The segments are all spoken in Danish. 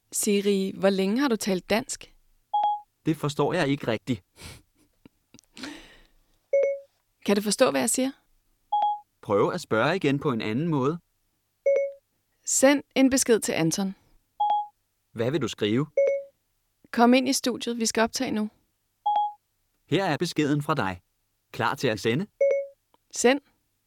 Siri, hvor længe har du talt dansk? Det forstår jeg ikke rigtigt. Kan du forstå, hvad jeg siger? Prøv at spørge igen på en anden måde. Send en besked til Anton. Hvad vil du skrive? Kom ind i studiet, vi skal optage nu. Her er beskeden fra dig. Klar til at sende? Send.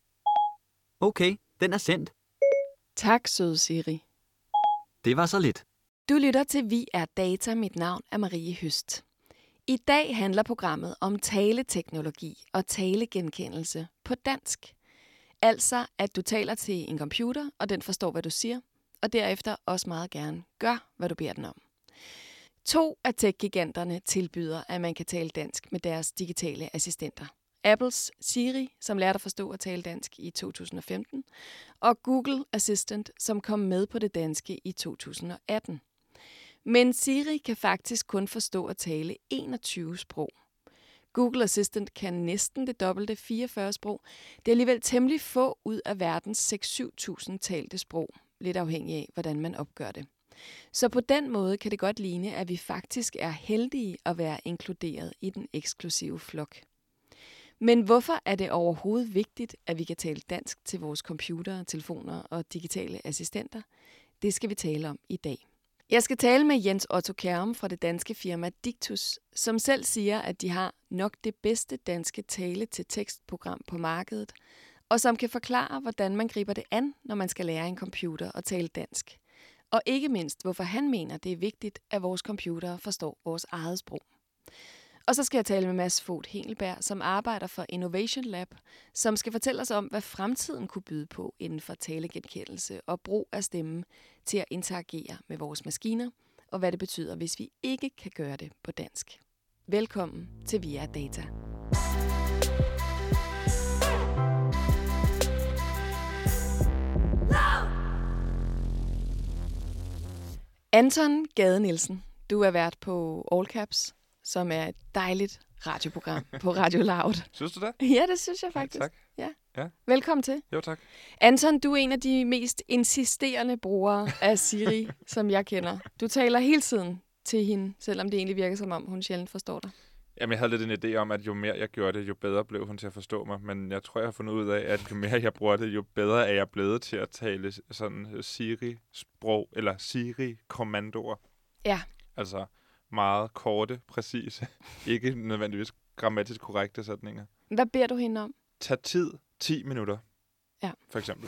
Okay, den er sendt. Tak, søde Siri. Det var så lidt. Du lytter til Vi er Data. Mit navn er Marie Høst. I dag handler programmet om taleteknologi og talegenkendelse på dansk. Altså, at du taler til en computer, og den forstår, hvad du siger, og derefter også meget gerne gør, hvad du beder den om. 2 af tech-giganterne tilbyder, at man kan tale dansk med deres digitale assistenter. Apples Siri, som lærte at forstå at tale dansk i 2015, og Google Assistant, som kom med på det danske i 2018. Men Siri kan faktisk kun forstå at tale 21 sprog. Google Assistant kan næsten det dobbelte, 44 sprog. Det er alligevel temmelig få ud af verdens 6-7.000 talte sprog, lidt afhængig af, hvordan man opgør det. Så på den måde kan det godt ligne, at vi faktisk er heldige at være inkluderet i den eksklusive flok. Men hvorfor er det overhovedet vigtigt, at vi kan tale dansk til vores computere, telefoner og digitale assistenter? Det skal vi tale om i dag. Jeg skal tale med Jens Otto Kjærum fra det danske firma Dictus, som selv siger, at de har nok det bedste danske tale-til-tekst-program på markedet, og som kan forklare, hvordan man griber det an, når man skal lære en computer at tale dansk. Og ikke mindst, hvorfor han mener, det er vigtigt, at vores computere forstår vores eget sprog. Og så skal jeg tale med Mads Vogt Hengelberg, som arbejder for Innovation Lab, som skal fortælle os om, hvad fremtiden kunne byde på inden for talegenkendelse og brug af stemmen til at interagere med vores maskiner, og hvad det betyder, hvis vi ikke kan gøre det på dansk. Velkommen til Via Data. Anton Gade Nielsen, du er vært på All Caps, som er et dejligt radioprogram på Radio Loud. Synes du det? Ja, det synes jeg faktisk. Ja, tak. Ja. Ja. Velkommen til. Jo, tak. Anton, du er en af de mest insisterende brugere af Siri, som jeg kender. Du taler hele tiden til hende, selvom det egentlig virker som om, hun sjældent forstår dig. Jamen, jeg havde lidt en idé om, at jo mere jeg gjorde det, jo bedre blev hun til at forstå mig. Men jeg tror, jeg har fundet ud af, at jo mere jeg bruger det, jo bedre er jeg blevet til at tale sådan Siri-sprog, eller Siri-kommandoer. Ja. Altså meget korte, præcise, ikke nødvendigvis grammatisk korrekte sætninger. Hvad beder du hende om? Tag tid 10 minutter, Ja. for eksempel.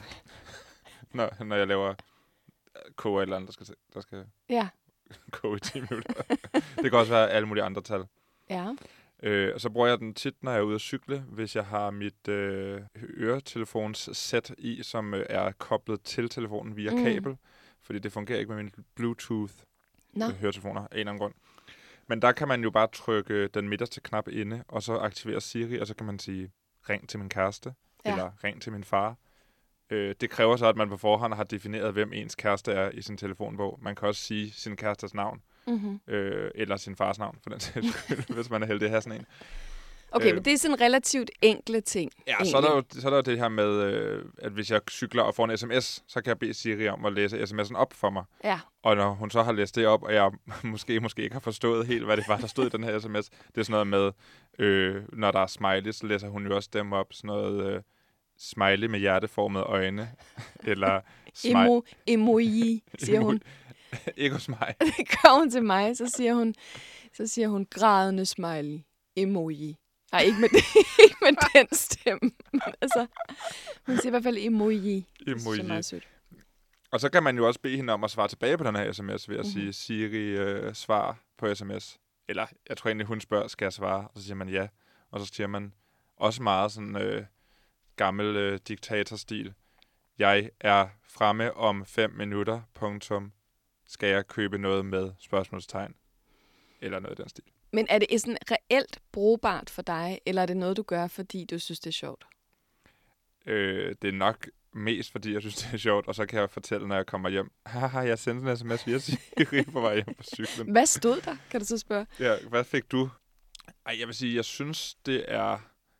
når jeg laver koge eller andet, der skal Ja. koge i 10 minutter. Det kan også være alle mulige andre tal. Ja. Og så bruger jeg den tit, når jeg er ude at cykle, hvis jeg har mit øretelefonssæt i, som er koblet til telefonen via kabel. Fordi det fungerer ikke med mine Bluetooth-høretelefoner af en eller anden grund. Men der kan man jo bare trykke den midterste knap inde, og så aktivere Siri, og så kan man sige, ring til min kæreste, eller ring til min far. Det kræver så, at man på forhånd har defineret, hvem ens kæreste er i sin telefonbog. Man kan også sige sin kærestes navn, eller sin fars navn, for den sags skyld, hvis man er heldig at have sådan en. Okay, men det er sådan relativt enkle ting. Ja, så er der jo det her med, at hvis jeg cykler og får en sms, så kan jeg bede Siri om at læse sms'en op for mig. Ja. Og når hun så har læst det op, og jeg måske ikke har forstået helt, hvad det var, der stod i den her sms, det er sådan noget med, når der er smiley, så læser hun jo også dem op, sådan noget smiley med hjerteformede øjne, eller emoji, siger hun. Ikke hos mig. Det gør hun til mig, så siger hun grædende smiley, emoji. Nej, ikke med den stemme. Altså, hun siger i hvert fald emoji. Emoji. Det er meget sødt. Og så kan man jo også bede hende om at svare tilbage på den her sms ved at sige, Siri, svar på sms. Eller jeg tror egentlig, hun spørger, skal jeg svare? Og så siger man ja. Og så siger man også meget sådan gammel diktatorstil. Jeg er fremme om 5 minutter, punktum. Skal jeg købe noget med spørgsmålstegn? Eller noget i den stil. Men er det sådan reelt brugbart for dig, eller er det noget, du gør, fordi du synes, det er sjovt? Det er nok mest, fordi jeg synes, det er sjovt, og så kan jeg fortælle, når jeg kommer hjem. Haha, jeg sendte en sms via Siri på vej hjem på cyklen. Hvad stod der, kan du så spørge? Ja, hvad fik du? Ej, jeg vil sige, jeg synes, det er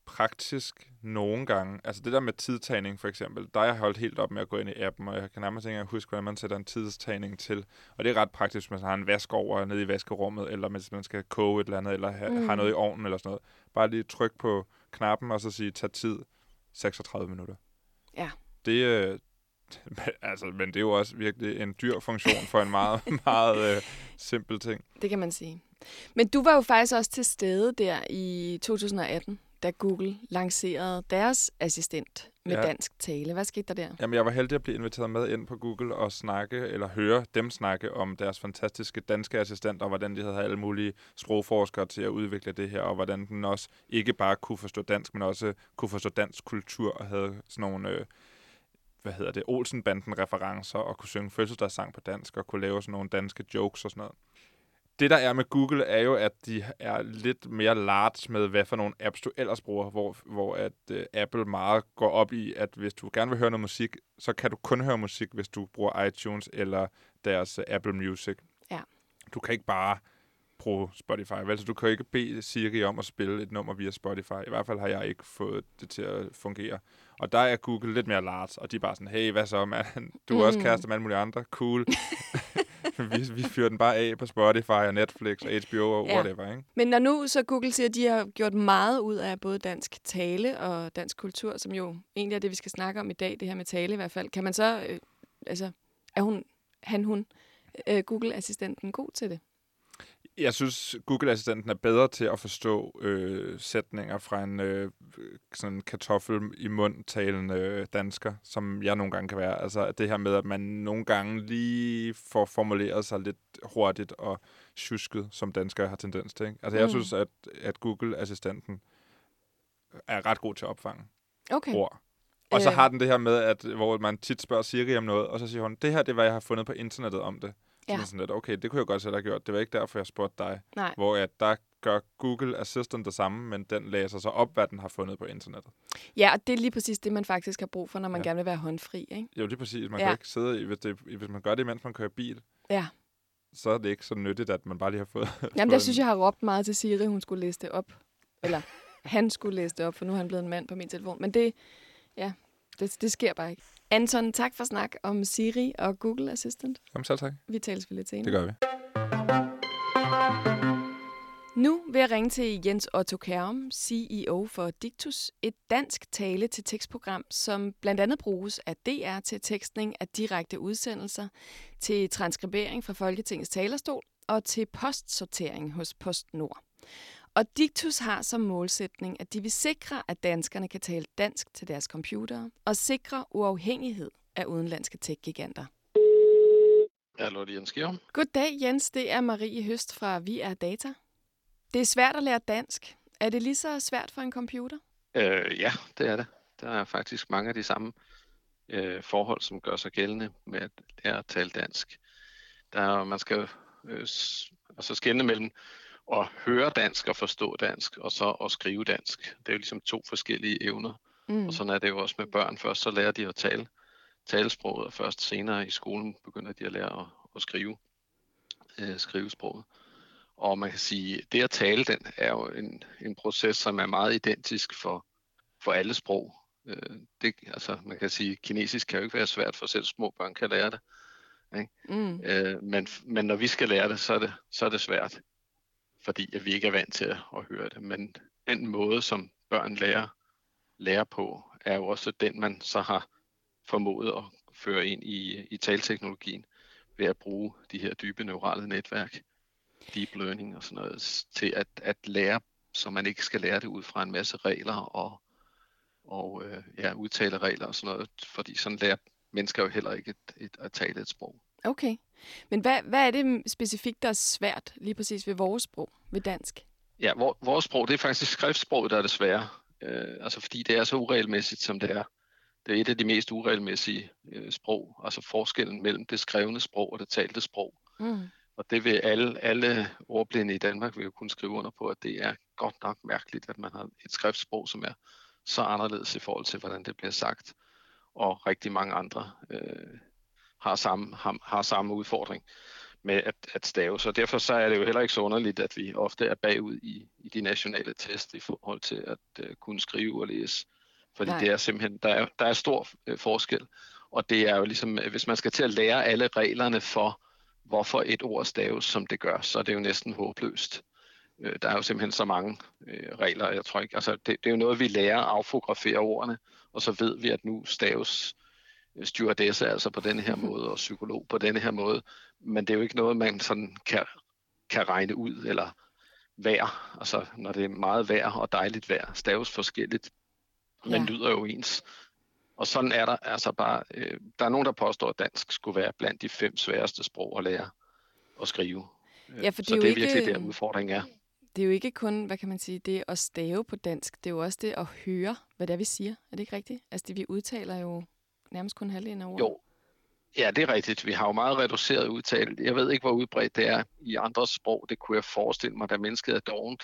praktisk nogle gange. Altså det der med tidtagning for eksempel, der er jeg holdt helt op med at gå ind i appen, og jeg kan nærmest ikke engang huske, hvordan man sætter en tidstagning til. Og det er ret praktisk, hvis man har en vask over nede i vaskerummet, eller hvis man skal koge et eller andet, eller har noget i ovnen eller sådan noget. Bare lige tryk på knappen, og så sige, tag tid 36 minutter. Ja. Det altså, men det er jo også virkelig en dyr funktion for en meget, meget simpel ting. Det kan man sige. Men du var jo faktisk også til stede der i 2018, da Google lancerede deres assistent med dansk tale. Hvad skete der der? Jamen, jeg var heldig at blive inviteret med ind på Google og snakke, eller høre dem snakke om deres fantastiske danske assistent, og hvordan de havde alle mulige sprogforskere til at udvikle det her, og hvordan den også ikke bare kunne forstå dansk, men også kunne forstå dansk kultur, og havde sådan nogle Olsenbanden-referencer, og kunne synge fødselsdagssang på dansk, og kunne lave sådan nogle danske jokes og sådan noget. Det, der er med Google, er jo, at de er lidt mere large med, hvad for nogle apps du ellers bruger, hvor Apple meget går op i, at hvis du gerne vil høre noget musik, så kan du kun høre musik, hvis du bruger iTunes eller deres Apple Music. Ja. Du kan ikke bare bruge Spotify. Altså, du kan ikke bede Siri om at spille et nummer via Spotify. I hvert fald har jeg ikke fået det til at fungere. Og der er Google lidt mere large, og de er bare sådan, hey, hvad så, man? Du er også kæreste med alle mulige andre. Cool. vi fyrer den bare af på Spotify og Netflix og HBO og whatever, ikke? Men når nu så Google siger, at de har gjort meget ud af både dansk tale og dansk kultur, som jo egentlig er det, vi skal snakke om i dag, det her med tale i hvert fald, kan man så, er Google-assistenten god til det? Jeg synes, Google-assistenten er bedre til at forstå sætninger fra en sådan kartoffel i mund talende dansker, som jeg nogle gange kan være. Altså det her med, at man nogle gange lige får formuleret sig lidt hurtigt og tjusket, som danskere har tendens til. Ikke? Altså jeg synes, at Google-assistenten er ret god til at opfange ord. Og så har den det her med, at hvor man tit spørger Siri om noget, og så siger hun, det her det er, hvad jeg har fundet på internettet om det. Ja. Sådan lidt, okay, det kunne jeg godt selv have gjort. Det var ikke derfor, jeg spurgte dig. Nej. Hvor der gør Google Assistant det samme, men den læser så op, hvad den har fundet på internettet. Ja, og det er lige præcis det, man faktisk har brug for, når man gerne vil være håndfri, ikke? Jo, lige præcis. Man kan ikke sidde hvis man gør det, mens man kører bil, så er det ikke så nyttigt, at man bare lige har fået... Jamen, jeg synes, jeg har råbt meget til Siri, hun skulle læse det op. Eller han skulle læse det op, for nu er han blevet en mand på min telefon. Men det sker bare ikke. Anton, tak for snak om Siri og Google Assistant. Jamen selv tak. Vi tales vel lidt senere. Det gør vi. Nu vil jeg ringe til Jens Otto Kærum, CEO for Dictus, et dansk tale-til-tekstprogram, som blandt andet bruges af DR til tekstning af direkte udsendelser, til transkribering fra Folketingets talerstol og til postsortering hos PostNord. Og Dictus har som målsætning, at de vil sikre, at danskerne kan tale dansk til deres computere og sikre uafhængighed af udenlandske tech-giganter. Hallo, det er Jens Kærum. Goddag Jens, det er Marie Høst fra Vi er Data. Det er svært at lære dansk. Er det lige så svært for en computer? Ja, det er det. Der er faktisk mange af de samme forhold, som gør sig gældende med at lære at tale dansk. Man skal skelne mellem at høre dansk og forstå dansk, og så at skrive dansk. Det er jo ligesom to forskellige evner. Og sådan er det jo også med børn. Først så lærer de at tale sproget, og først senere i skolen begynder de at lære at skrive sproget. Og man kan sige, at det at tale, den er jo en proces, som er meget identisk for alle sprog. Man kan sige, at kinesisk kan jo ikke være svært, for selv små børn kan lære det. Ikke? Men når vi skal lære det, så er det svært, fordi at vi ikke er vant til at høre det. Men den måde, som børn lærer på, er jo også den, man så har formået at føre ind i taleteknologien ved at bruge de her dybe neurale netværk, deep learning og sådan noget, til at lære, så man ikke skal lære det ud fra en masse regler og udtaleregler og sådan noget, fordi sådan lærer mennesker jo heller ikke at tale et sprog. Okay. Men hvad er det specifikt, der er svært lige præcis ved vores sprog, ved dansk? Ja, vores sprog, det er faktisk skriftsproget, der er det svære. Fordi det er så uregelmæssigt, som det er. Det er et af de mest uregelmæssige sprog, altså forskellen mellem det skrevne sprog og det talte sprog. Og det vil alle ordblinde i Danmark vil jo kunne skrive under på, at det er godt nok mærkeligt, at man har et skriftsprog, som er så anderledes i forhold til, hvordan det bliver sagt. Og rigtig mange andre har samme udfordring. med at stave. Så derfor så er det jo heller ikke så underligt, at vi ofte er bagud i de nationale test i forhold til at kunne skrive og læse. Fordi det er simpelthen, der er stor forskel. Og det er jo ligesom, hvis man skal til at lære alle reglerne for, hvorfor et ord staves, som det gør, så er det jo næsten håbløst. Der er jo simpelthen så mange regler, jeg tror ikke. Altså, det er jo noget, vi lærer at affotografere ordene, og så ved vi, at nu staves stewardesse altså på denne her måde, og psykolog på denne her måde. Men det er jo ikke noget, man sådan kan regne ud, eller vejr. Altså, når det er meget vejr og dejligt vejr, staves forskelligt, men lyder jo ens. Og sådan er der altså bare, der er nogen, der påstår, at dansk skulle være blandt de 5 sværeste sprog at lære og skrive. Ja, for så det er virkelig der udfordringen er. Det er jo ikke kun, hvad kan man sige, det at stave på dansk, det er jo også det at høre, hvad det er, vi siger. Er det ikke rigtigt? Altså, vi udtaler jo nærmest kun halvdelen af ordet. Jo, ja, det er rigtigt. Vi har jo meget reduceret udtale. Jeg ved ikke, hvor udbredt det er i andre sprog. Det kunne jeg forestille mig, da mennesket er dovent,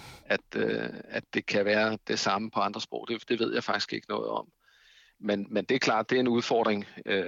at det kan være det samme på andre sprog. Det ved jeg faktisk ikke noget om. Men det er klart, det er en udfordring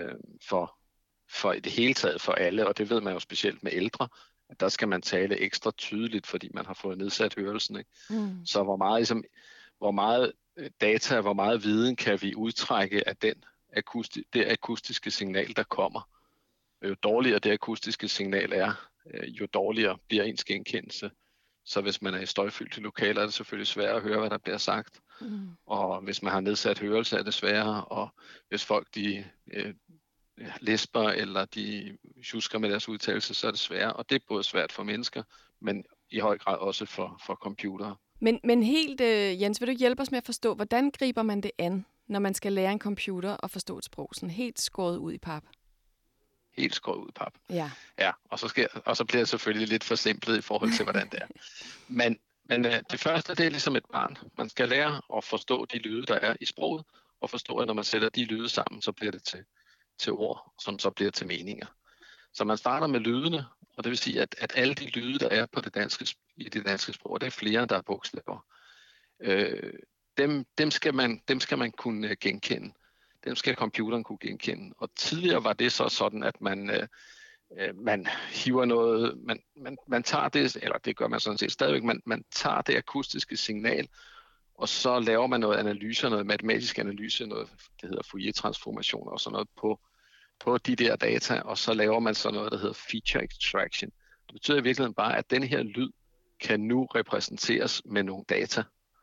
for i det hele taget for alle, og det ved man jo specielt med ældre, at der skal man tale ekstra tydeligt, fordi man har fået nedsat hørelsen. Ikke? Så hvor meget data, hvor meget viden kan vi udtrække af det akustiske signal, der kommer. Jo dårligere det akustiske signal er, jo dårligere bliver ens genkendelse. Så hvis man er i støjfyldte lokaler, er det selvfølgelig sværere at høre, hvad der bliver sagt. Og hvis man har nedsat hørelse, er det sværere. Og hvis folk de lisper eller de sjusker med deres udtalelse, så er det sværere. Og det er både svært for mennesker, men i høj grad også for computere. Men helt, Jens, vil du hjælpe os med at forstå, hvordan griber man det an, når man skal lære en computer at forstå et sprog, sådan helt skåret ud i pap? Helt skåret ud i pap. Ja. Ja, og så bliver det selvfølgelig lidt forsimplet i forhold til, hvordan det er. Men det første, det er ligesom et barn. Man skal lære at forstå de lyde, der er i sproget, og forstå, at når man sætter de lyde sammen, så bliver det til ord, som så bliver til meninger. Så man starter med lydene, og det vil sige, at alle de lyde, der er på i det danske sprog, det er flere, der er bogstaver. Dem skal man kunne genkende. Dem skal computeren kunne genkende. Og tidligere var det så sådan, at man hiver noget, man tager det, eller det gør man sådan set stadigvæk, man tager det akustiske signal, og så laver man noget analyse, noget matematisk analyse, noget, det hedder Fourier-transformationer og sådan noget på de der data, og så laver man så noget, der hedder feature extraction. Det betyder i virkeligheden bare, at denne her lyd kan nu repræsenteres med nogle data.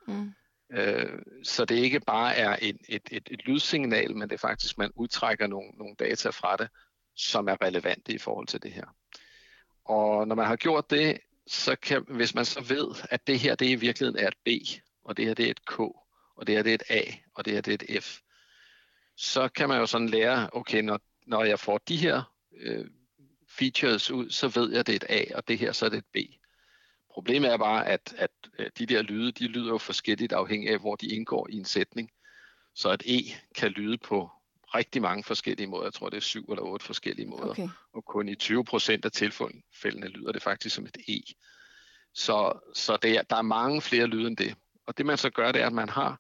Så det ikke bare er et lydsignal, men det er faktisk, man udtrækker nogle data fra det, som er relevante i forhold til det her. Og når man har gjort det, så kan, hvis man så ved, at det her det i virkeligheden er et B, og det her det er et K, og det her det er et A, og det her det er et F, så kan man jo sådan lære, okay, når jeg får de her features ud, så ved jeg, at det er et A, og det her så er det et B. Problemet er bare, at de der lyde, de lyder jo forskelligt afhængig af, hvor de indgår i en sætning. Så et E kan lyde på rigtig mange forskellige måder. Jeg tror, det er 7 eller 8 forskellige måder. Okay. Og kun i 20% af tilfældene lyder det faktisk som et E. Så der er mange flere lyde end det. Og det man så gør, det er, at man har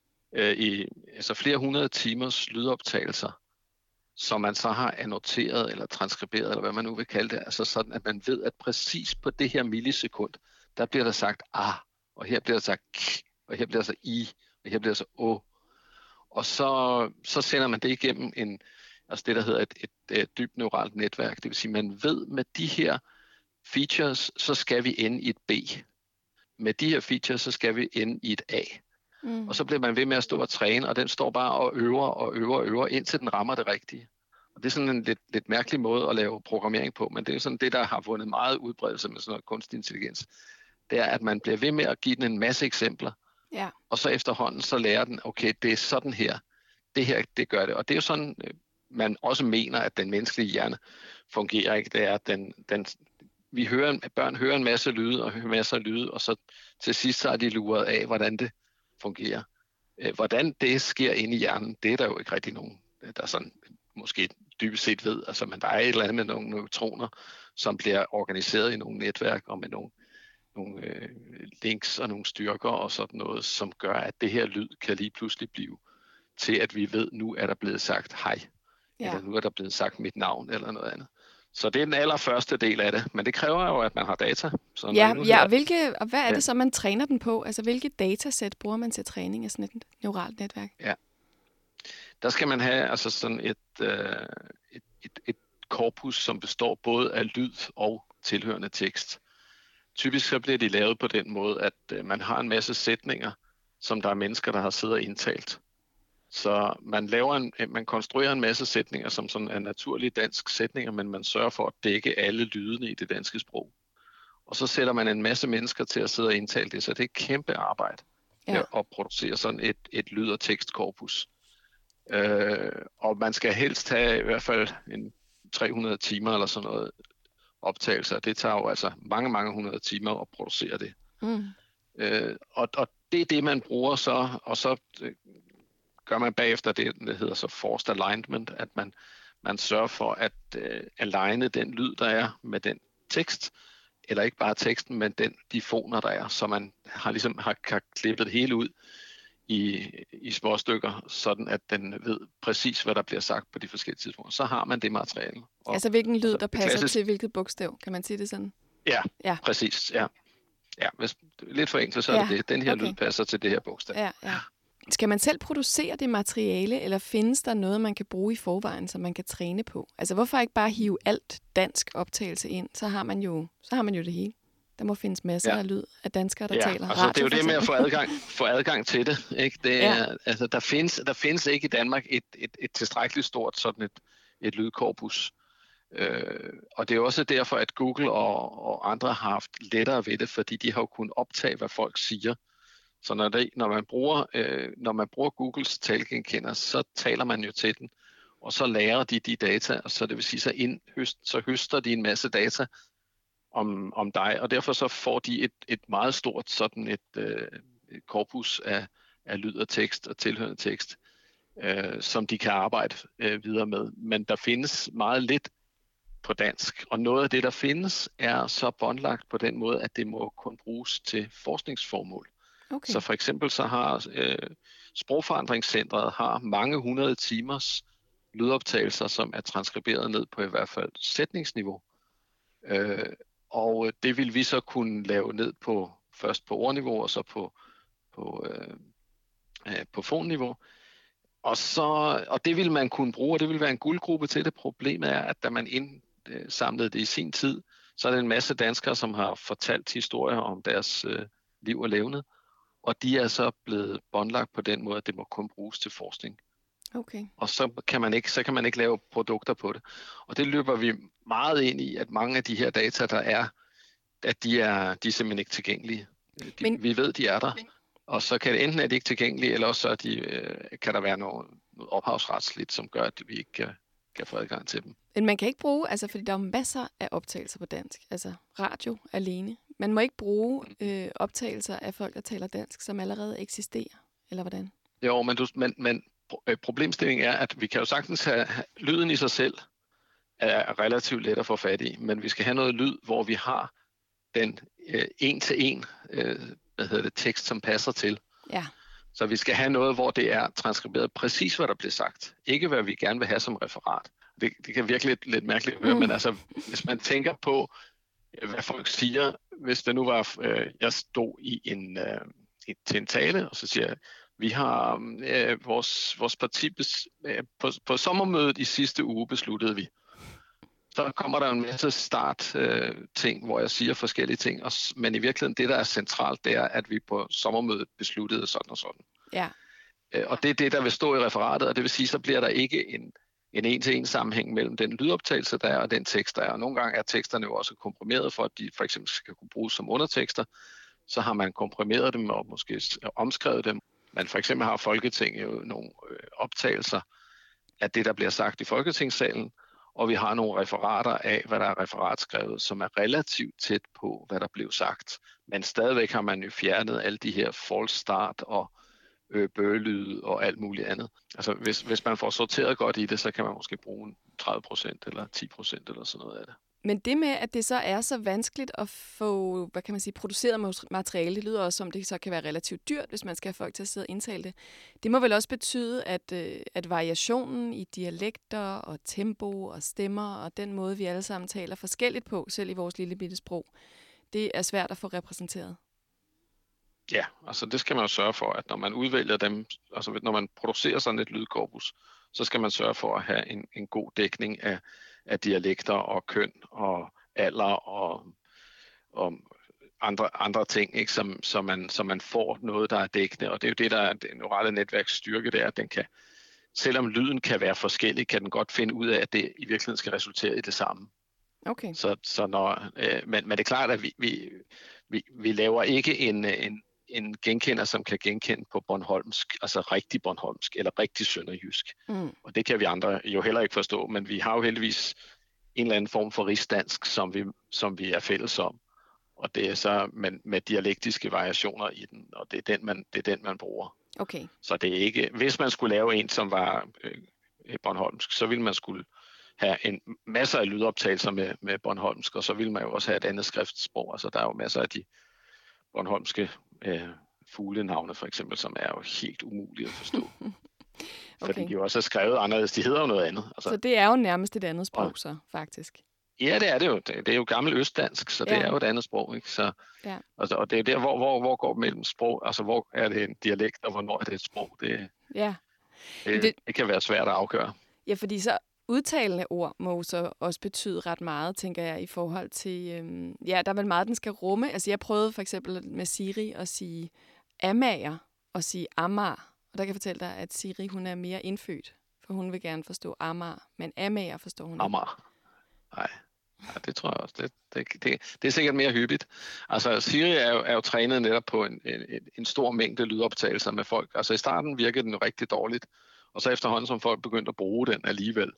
flere 100 timers lydoptagelser, som man så har annoteret eller transkriberet, eller hvad man nu vil kalde det, altså sådan, at man ved, at præcis på det her millisekund, der bliver der sagt ah, og her bliver der sagt k, og her bliver der sagt i, og her bliver der sagt å. Og så sender man det igennem det, der hedder et dybt neuralt netværk. Det vil sige, man ved, med de her features, så skal vi ende i et B. Med de her features, så skal vi ende i et A. Og så bliver man ved med at stå og træne, og den står bare og øver, indtil den rammer det rigtige. Og det er sådan en lidt mærkelig måde at lave programmering på, men det er sådan det, der har vundet meget udbredelse med sådan noget kunstig intelligens. Det er, at man bliver ved med at give den en masse eksempler, og så efterhånden så lærer den, okay, det er sådan her, det gør det. Og det er jo sådan, man også mener, at den menneskelige hjerne fungerer, ikke? Det er, at børn hører en masse lyde og hører masser af lyde, og så til sidst så er de luret af, hvordan det fungerer. Hvordan det sker inde i hjernen, det er der jo ikke rigtig nogen, der sådan måske dybest set ved. Altså, men der er et eller andet med nogle neutroner, som bliver organiseret i nogle netværk og med nogle links og nogle styrker og sådan noget, som gør, at det her lyd kan lige pludselig blive til, at vi ved, nu er der blevet sagt hej, eller nu er der blevet sagt mit navn, eller noget andet. Så det er den allerførste del af det, men det kræver jo, at man har data. Så og hvad er det så, man træner den på? Altså, hvilke datasæt bruger man til træning af sådan et neuralt netværk? Ja, der skal man have altså sådan et korpus, som består både af lyd og tilhørende tekst. Typisk så bliver de lavet på den måde, at man har en masse sætninger, som der er mennesker, der har siddet og indtalt. Så man konstruerer en masse sætninger, som sådan er naturlige danske sætninger, men man sørger for at dække alle lydene i det danske sprog. Og så sætter man en masse mennesker til at sidde og indtale det, så det er et kæmpe arbejde at producere sådan et lyd- og tekstkorpus. Og man skal helst have i hvert fald 300 timer eller sådan noget optagelser. Det tager jo altså mange, mange 100 timer at producere det. Og det er det, man bruger så, og så gør man bagefter det, der hedder så forced alignment, at man sørger for at aligne den lyd, der er med den tekst, eller ikke bare teksten, men de foner, der er, så man har klippet det hele ud i små stykker, sådan at den ved præcis, hvad der bliver sagt på de forskellige tidspunkter. Så har man det materiale. Altså hvilken lyd, der passer til hvilket bogstav, kan man sige det sådan? Ja. Præcis, ja. Ja, hvis lidt for enkelt, så er det. Den her lyd passer til det her bogstav. Ja. Skal man selv producere det materiale, eller findes der noget, man kan bruge i forvejen, som man kan træne på? Altså hvorfor ikke bare hive alt dansk optagelse ind? Så har man jo det hele. Der må findes masser af lyd af danskere, der taler altså, radio. Det er jo det med at få adgang til det. Ikke? Det er, altså, der findes ikke i Danmark et tilstrækkeligt stort sådan et lydkorpus. Og det er også derfor, at Google og andre har haft lettere ved det, fordi de har jo kunnet optage, hvad folk siger. Så når man bruger Googles talegenkender, så taler man jo til den, og så lærer de data, og så det vil sige, så høster de en masse data om dig, og derfor så får de et meget stort sådan et korpus af lyd og tekst og tilhørende tekst, som de kan arbejde videre med. Men der findes meget lidt på dansk, og noget af det, der findes, er så båndlagt på den måde, at det må kun bruges til forskningsformål. Okay. Så for eksempel så har Sprogforandringscentret har mange 100 timers lydoptagelser, som er transkriberet ned på i hvert fald sætningsniveau. Og det vil vi så kunne lave ned på først på ordniveau og så på fonniveau. Og det vil man kunne bruge, og det vil være en guldgruppe til det. Problemet er, at da man indsamlede det i sin tid, så er der en masse danskere, som har fortalt historier om deres liv og levned, og de er så blevet båndlagt på den måde, at det må kun bruges til forskning. Okay. Og så kan man ikke lave produkter på det. Og det løber vi meget ind i, at mange af de her data, der er, at de er simpelthen ikke tilgængelige. Vi ved, de er der. Og så kan det enten er de ikke tilgængelige, eller også kan der være noget ophavsretsligt, som gør, at vi ikke kan få adgang til dem. Men man kan ikke bruge, altså fordi der er masser af optagelser på dansk, altså radio alene. Man må ikke bruge optagelser af folk, der taler dansk, som allerede eksisterer, eller hvordan? Jo, men problemstillingen er, at vi kan jo sagtens have lyden i sig selv er relativt let at få fat i, men vi skal have noget lyd, hvor vi har den en-til-en tekst, som passer til. Ja. Så vi skal have noget, hvor det er transkriberet præcis, hvad der bliver sagt. Ikke hvad vi gerne vil have som referat. Det kan virkelig lidt mærkeligt at høre, men altså, hvis man tænker på, hvad folk siger, hvis det nu var, jeg stod til en tale, og så siger jeg, vi har vores parti på sommermødet i sidste uge besluttede vi. Så kommer der en masse ting, hvor jeg siger forskellige ting, men i virkeligheden det, der er centralt, det er, at vi på sommermødet besluttede sådan og sådan. Ja. Og det er det, der vil stå i referatet, og det vil sige, så bliver der ikke en en-til-en sammenhæng mellem den lydoptagelse, der er, og den tekst, der er. Og nogle gange er teksterne jo også komprimeret, for at de for eksempel skal kunne bruges som undertekster. Så har man komprimeret dem og måske omskrevet dem. Man for eksempel har Folketinget jo nogle optagelser af det, der bliver sagt i Folketingssalen, og vi har nogle referater af, hvad der er referatskrevet, som er relativt tæt på, hvad der blev sagt. Men stadigvæk har man jo fjernet alle de her false start og bøgelyde og alt muligt andet. Altså hvis man får sorteret godt i det, så kan man måske bruge 30% eller 10% eller sådan noget af det. Men det med, at det så er så vanskeligt at få, hvad kan man sige, produceret materiale, det lyder også som, det så kan være relativt dyrt, hvis man skal have folk til at sidde og indtale det. Det må vel også betyde, at variationen i dialekter og tempo og stemmer og den måde, vi alle sammen taler forskelligt på, selv i vores lille bitte sprog, det er svært at få repræsenteret. Ja, altså det skal man jo sørge for, at når man udvælger dem, altså når man producerer sådan et lydkorpus, så skal man sørge for at have en god dækning af dialekter og køn og alder og andre ting, ikke? Så man får noget, der er dækkende. Og det er jo det, der er det neurale netværks styrke, det er, at den kan, selvom lyden kan være forskellig, kan den godt finde ud af, at det i virkeligheden skal resultere i det samme. Okay. Så når, men det er klart, at vi laver ikke en genkender, som kan genkende på bornholmsk, altså rigtig bornholmsk eller rigtig sønderjysk. Og det kan vi andre jo heller ikke forstå, men vi har jo heldigvis en eller anden form for rigsdansk, som vi er fælles om. Og det er så med dialektiske variationer i den, og det er den, man bruger. Okay. Så det er ikke, hvis man skulle lave en, som var bornholmsk, så ville man skulle have en masser af lydoptagelser med bornholmsk, og så ville man jo også have et andet skriftsprog. Altså der er jo masser af de bornholmske fuglenavne for eksempel, som er jo helt umulige at forstå. Okay. Fordi de jo også er skrevet anderledes. De hedder jo noget andet. Altså, så det er jo nærmest et andet sprog så, faktisk. Ja, det er det jo. Det er jo gammel østdansk, så det er jo et andet sprog. Ikke? Så, altså, og det er der, hvor går mellem sprog, altså hvor er det en dialekt, og hvornår er det et sprog. Det kan være svært at afgøre. Ja, fordi så udtalende ord må så også betyde ret meget, tænker jeg, i forhold til... der er vel meget, den skal rumme. Altså, jeg prøvede for eksempel med Siri at sige amager og sige Amager. Og der kan jeg fortælle dig, at Siri, hun er mere indfødt, for hun vil gerne forstå Amager, men amager forstår hun ikke. Amager. Nej, det tror jeg også. Det er sikkert mere hyppigt. Altså, Siri er jo trænet netop på en stor mængde lydoptagelser med folk. Altså, i starten virkede den jo rigtig dårligt, og så efterhånden, som folk begyndte at bruge den alligevel,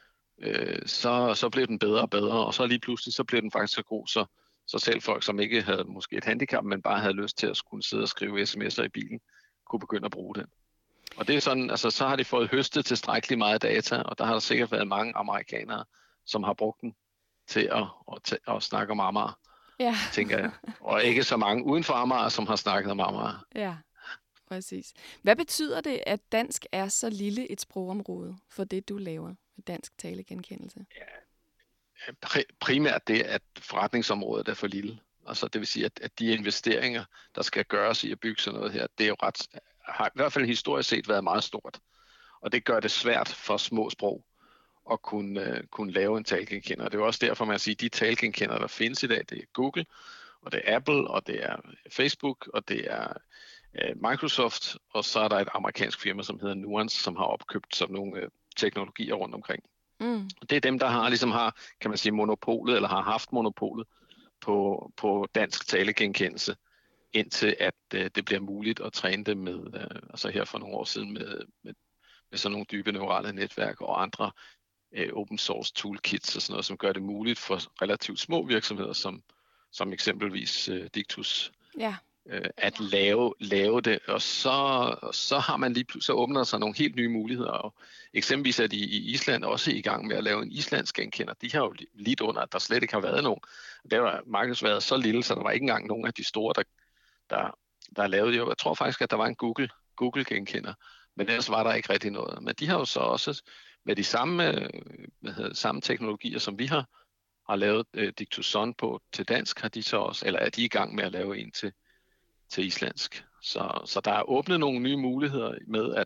så blev den bedre og bedre, og så lige pludselig, så blev den faktisk så god, så selv folk, som ikke havde måske et handicap, men bare havde lyst til at kunne sidde og skrive sms'er i bilen, kunne begynde at bruge den. Og det er sådan, altså så har de fået høstet tilstrækkeligt meget data, og der har der sikkert været mange amerikanere, som har brugt den til at snakke om Amager, tænker jeg. Og ikke så mange uden for Amager, som har snakket om Amager. Ja, præcis. Hvad betyder det, at dansk er så lille et sprogområde for det, du laver med dansk talegenkendelse? Ja, primært det, at forretningsområdet er for lille. Altså det vil sige, at de investeringer, der skal gøres i at bygge sådan noget her, det er jo har i hvert fald historisk set været meget stort. Og det gør det svært for små sprog at kunne lave en talegenkender. Det er jo også derfor, man siger, at de talegenkendere, der findes i dag, det er Google, og det er Apple, og det er Facebook, og det er Microsoft, og så er der et amerikansk firma, som hedder Nuance, som har opkøbt sådan nogle teknologier rundt omkring. Det er dem, der har, kan man sige, monopolet, eller har haft monopolet på dansk talegenkendelse, indtil at det bliver muligt at træne det med, altså her for nogle år siden, med sådan nogle dybe neurale netværk og andre open source toolkits og sådan noget, som gør det muligt for relativt små virksomheder, som eksempelvis Dictus, at lave det, og så har man så åbner sig nogle helt nye muligheder, og eksempelvis er de i Island også i gang med at lave en islandsk genkender. De har jo lidt under, at der slet ikke har været nogen. Der var markedsværet så lille, så der var ikke engang nogen af de store, der lavede det. Jeg tror faktisk, at der var en Google genkender, men ellers var der ikke rigtig noget. Men de har jo så også med de samme teknologier, som vi har lavet Dictuson på til dansk, har de så også, eller er de i gang med at lave en til islandsk. Så der er åbnet nogle nye muligheder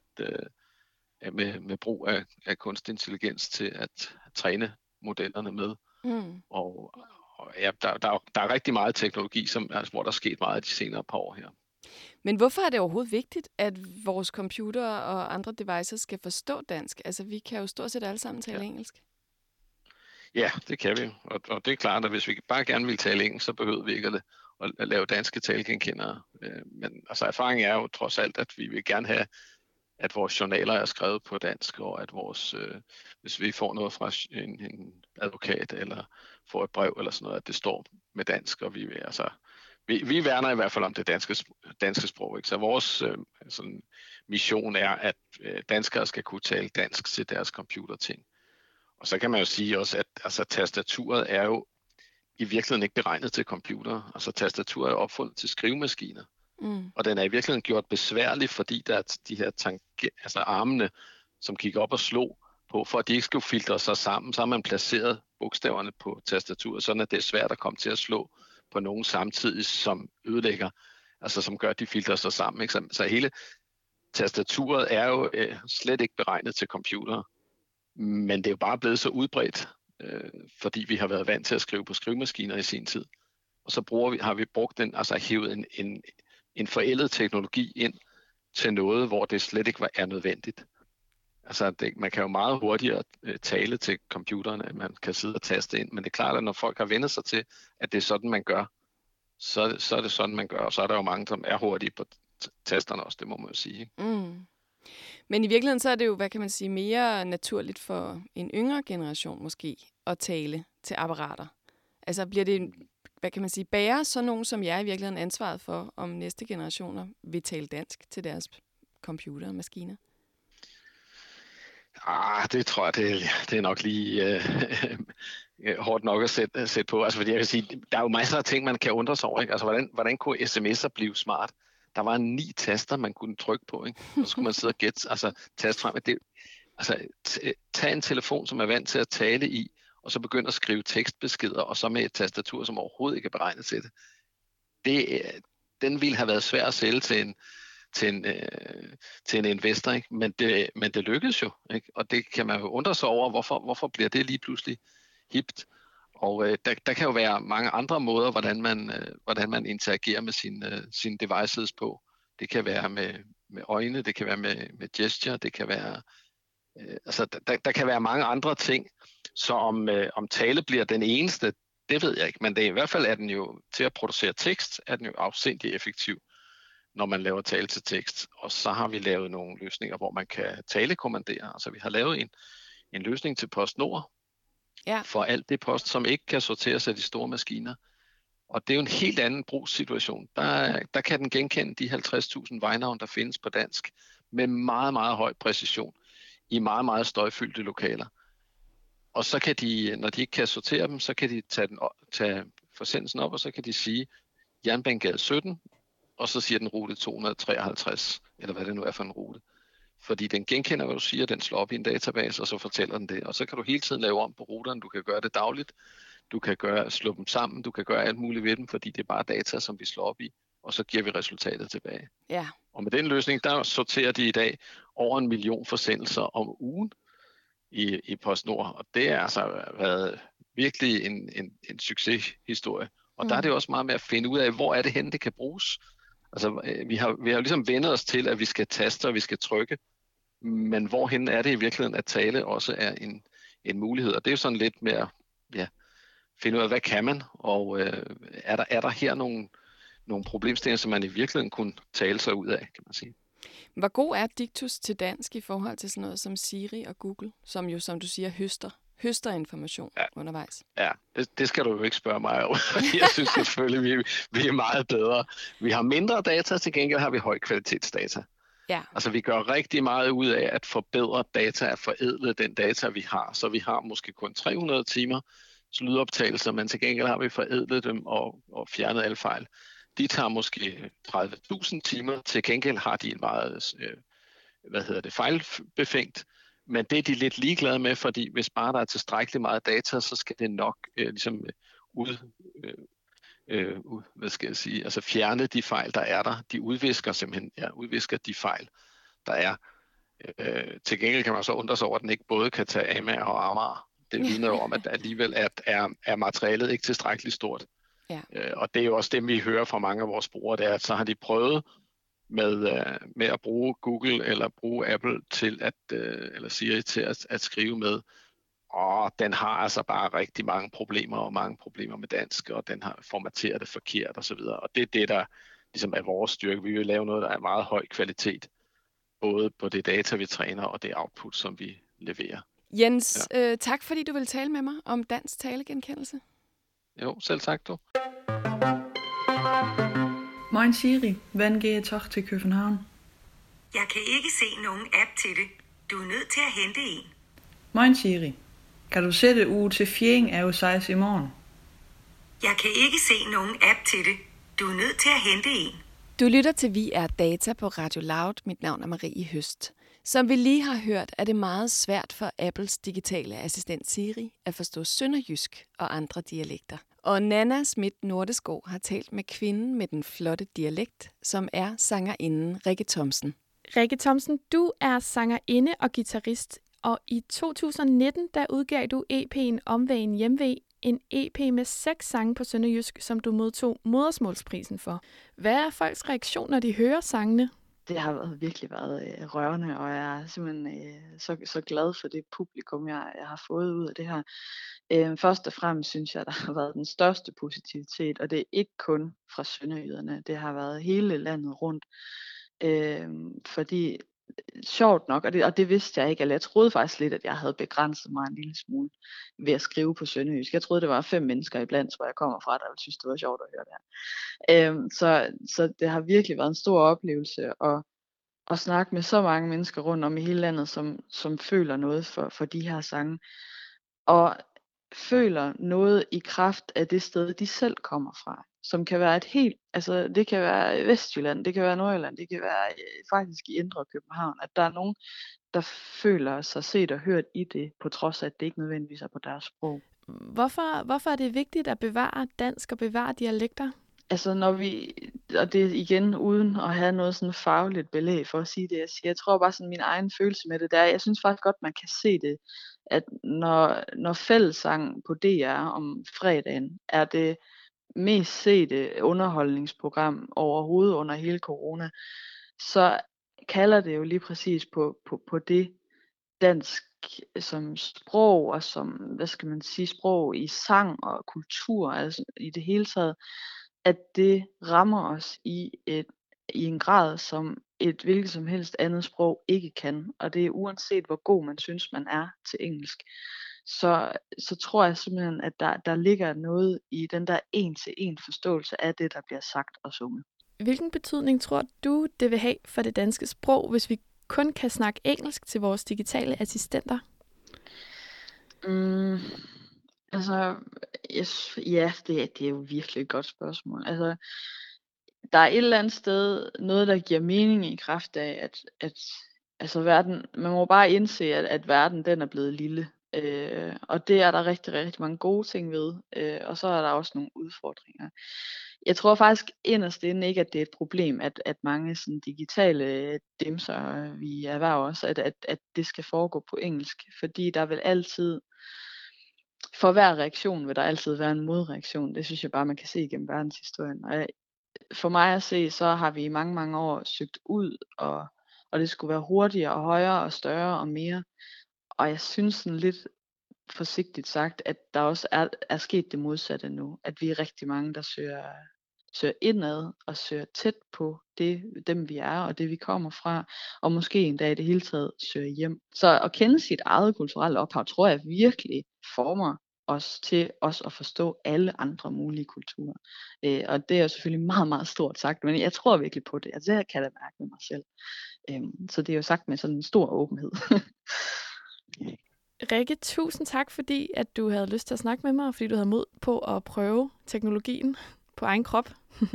med brug af kunstig intelligens til at træne modellerne med. Og der er rigtig meget teknologi, hvor der er sket meget de senere par år her. Men hvorfor er det overhovedet vigtigt, at vores computer og andre devices skal forstå dansk? Altså, vi kan jo stort set alle sammen tale engelsk. Ja, det kan vi. Og det er klart, at hvis vi bare gerne vil tale engelsk, så behøver vi ikke at lave danske talegenkendere. Men altså, erfaringen er jo trods alt, at vi vil gerne have, at vores journaler er skrevet på dansk, og at hvis vi får noget fra en advokat, eller får et brev eller sådan noget, at det står med dansk, og vi værner i hvert fald om det danske sprog. Ikke? Så vores mission er, at danskere skal kunne tale dansk til deres computerting. Og så kan man jo sige også, at altså, tastaturet er jo i virkeligheden ikke beregnet til computere. Altså tastaturet er opfundet til skrivemaskiner. Og den er i virkeligheden gjort besværlig, fordi der er de her armene, som kigger op og slog på, for at de ikke skulle filtre sig sammen. Så har man placeret bogstaverne på tastaturet, sådan at det er svært at komme til at slå på nogen samtidig, som ødelægger, altså som gør, at de filtrer sig sammen. Ikke? Så hele tastaturet er jo slet ikke beregnet til computere, men det er jo bare blevet så udbredt, fordi vi har været vant til at skrive på skrivemaskiner i sin tid. Og så har vi brugt den, altså hævet en forældet teknologi ind til noget, hvor det slet ikke er nødvendigt. Altså, man kan jo meget hurtigere tale til computeren, at man kan sidde og taste ind, men det er klart, at når folk har vendt sig til, at det er sådan, man gør, så er det sådan, man gør, og så er der jo mange, som er hurtige på tasterne også, det må man jo sige. Men i virkeligheden, så er det jo, hvad kan man sige, mere naturligt for en yngre generation måske, at tale til apparater. Altså, bliver det, hvad kan man sige, bærer så nogen som jeg i virkeligheden ansvaret for, om næste generationer vil tale dansk til deres computer og maskiner? Det tror jeg, det er nok lige hårdt nok at sætte på. Altså, fordi jeg kan sige, der er jo masser af ting, man kan undre sig over. Ikke? Altså, hvordan kunne sms'er blive smart? Der var 9 taster, man kunne trykke på, ikke? Og så skulle man sidde og gætte, altså taste frem. Tag en telefon, som er vant til at tale i, og så begynde at skrive tekstbeskeder, og så med et tastatur, som overhovedet ikke er beregnet til det. Den ville have været svær at sælge til en investor, ikke? Men det lykkedes jo, ikke? Og det kan man jo undre sig over, hvorfor bliver det lige pludselig hipt. Og der kan jo være mange andre måder, hvordan man interagerer med sine devices på. Det kan være med øjne, det kan være med gesture, det kan være der kan være mange andre ting. Så om tale bliver den eneste, det ved jeg ikke, men i hvert fald er den jo til at producere tekst, er den jo afsindig effektiv, når man laver tale til tekst. Og så har vi lavet nogle løsninger, hvor man kan talekommandere. Altså vi har lavet en løsning til PostNord, for alt det post, som ikke kan sorteres af de store maskiner. Og det er jo en helt anden brugssituation. Der kan den genkende de 50.000 vejnavne, der findes på dansk, med meget, meget høj præcision, i meget, meget støjfyldte lokaler. Og så kan de, når de ikke kan sortere dem, så kan de tage forsendelsen op, og så kan de sige Jernbanegade 17, og så siger den rute 253, eller hvad det nu er for en rute. Fordi den genkender, hvad du siger, den slår op i en database, og så fortæller den det. Og så kan du hele tiden lave om på ruterne. Du kan gøre det dagligt. Du kan slå dem sammen. Du kan gøre alt muligt ved dem, fordi det er bare data, som vi slår op i. Og så giver vi resultatet tilbage. Ja. Og med den løsning, der sorterer de i dag over 1 million forsendelser om ugen i PostNord. Og det er altså været virkelig en succeshistorie. Og der er det også meget med at finde ud af, hvor er det henne, det kan bruges. Altså, vi har ligesom vendet os til, at vi skal taste og vi skal trykke, men hvorhen er det i virkeligheden, at tale også er en mulighed. Og det er jo sådan lidt med at finde ud af, hvad kan man, og er der her nogle problemstillinger, som man i virkeligheden kunne tale sig ud af, kan man sige. Hvor god er Dictus til dansk i forhold til sådan noget som Siri og Google, som jo, som du siger, høster information undervejs? Ja, det skal du jo ikke spørge mig om. Jeg synes selvfølgelig, vi er meget bedre. Vi har mindre data, til gengæld har vi høj kvalitetsdata. Ja. Altså vi gør rigtig meget ud af at forbedre data, at forædle den data, vi har. Så vi har måske kun 300 timer lydoptagelser, men til gengæld har vi forædlet dem og fjernet alle fejl. De tager måske 30.000 timer, til gengæld har de en meget fejlbefængt. Men det er de lidt ligeglade med, fordi hvis bare der er tilstrækkeligt meget data, så skal det nok fjerne de fejl, der er der. De udvisker simpelthen, udvisker de fejl, der er. Til gengæld kan man så undre sig over, at den ikke både kan tage Amager og Amager. Det vidner jo om, at alligevel er materialet ikke tilstrækkeligt stort. Ja. Og det er jo også det, vi hører fra mange af vores brugere, det er, at så har de prøvet med at bruge Google eller bruge Apple til eller Siri til at skrive med. Og den har altså bare rigtig mange problemer, og mange problemer med dansk, og den har formateret det forkert osv. Og det er det, der ligesom er vores styrke. Vi vil lave noget, der er meget høj kvalitet, både på det data, vi træner, og det output, som vi leverer. Jens, tak fordi du vil tale med mig om dansk talegenkendelse. Jo, selv tak du. Moin Siri, wann gehe ich til København? Jeg kan ikke se nogen app til det. Du er nødt til at hente en. Moin Siri, Kan du sætte uge til fjeng af 6 i morgen? Jeg kan ikke se nogen app til det. Du er nødt til at hente en. Du lytter til Vi er Data på Radio Loud. Mit navn er Marie Høst. Som vi lige har hørt, er det meget svært for Apples digitale assistent Siri at forstå sønderjysk og andre dialekter. Og Nanna Schmidt Nordeskov har talt med kvinden med den flotte dialekt, som er sangerinden Rikke Thomsen. Rikke Thomsen, du er sangerinde og guitarist, og i 2019 der udgav du EP'en Omvejen Hjemve, en EP med 6 sange på sønderjysk, som du modtog modersmålsprisen for. Hvad er folks reaktion, når de hører sangene? Det har virkelig været rørende, og jeg er simpelthen så glad for det publikum, jeg har fået ud af det her. Først og fremmest synes jeg, der har været den største positivitet, og det er ikke kun fra sønderjyderne. Det har været hele landet rundt, fordi sjovt nok, og det vidste jeg ikke, eller jeg troede faktisk lidt, at jeg havde begrænset mig en lille smule ved at skrive på sønderjysk. Jeg troede, det var 5 mennesker iblandt, hvor jeg kommer fra, der ville synes, det var sjovt at høre det her. Så det har virkelig været en stor oplevelse at snakke med så mange mennesker rundt om i hele landet, som føler noget for de her sange, og føler noget i kraft af det sted, de selv kommer fra, som kan være det kan være Vestjylland, det kan være Nordjylland, det kan være faktisk i Indre København, at der er nogen, der føler sig set og hørt i det, på trods af, at det ikke nødvendigvis er på deres sprog. Hvorfor er det vigtigt at bevare dansk og bevare dialekter? Altså og det er igen uden at have noget sådan fagligt belæg for at sige det, jeg siger. Jeg tror bare sådan min egen følelse med det der. Jeg synes faktisk godt, man kan se det, at når fællessang på DR om fredagen er det mest sete underholdningsprogram overhovedet under hele corona, så kalder det jo lige præcis på det dansk som sprog og som, sprog i sang og kultur, altså i det hele taget, at det rammer os i en grad, som et hvilket som helst andet sprog ikke kan. Og det er uanset, hvor god man synes, man er til engelsk. Så tror jeg simpelthen, at der ligger noget i den der en-til-en forståelse af det, der bliver sagt og sunget. Hvilken betydning tror du, det vil have for det danske sprog, hvis vi kun kan snakke engelsk til vores digitale assistenter? Det er jo virkelig et godt spørgsmål. Altså, der er et eller andet sted noget, der giver mening i kraft af, at verden, man må bare indse, at verden den er blevet lille. Og det er der rigtig, rigtig mange gode ting ved. Og så er der også nogle udfordringer. Jeg tror faktisk inderst inde ikke, at det er et problem, at mange sådan digitale dimser, vi erhverver os, at det skal foregå på engelsk. Fordi der vil altid, for hver reaktion vil der altid være en modreaktion. Det synes jeg bare, man kan se igennem verdenshistorien. Og for mig at se, så har vi i mange, mange år søgt ud, og det skulle være hurtigere og højere og større og mere. Og jeg synes sådan lidt forsigtigt sagt, at der også er sket det modsatte nu. At vi er rigtig mange, der søger indad og søger tæt på dem vi er og det vi kommer fra. Og måske endda i det hele taget søger hjem. Så at kende sit eget kulturelle ophav, tror jeg virkelig former os til også at forstå alle andre mulige kulturer. Og det er jo selvfølgelig meget, meget stort sagt, men jeg tror virkelig på det. Altså det kan jeg mærke med mig selv. Så det er jo sagt med sådan en stor åbenhed. Rikke, tusind tak, fordi at du havde lyst til at snakke med mig, og fordi du havde mod på at prøve teknologien på egen krop.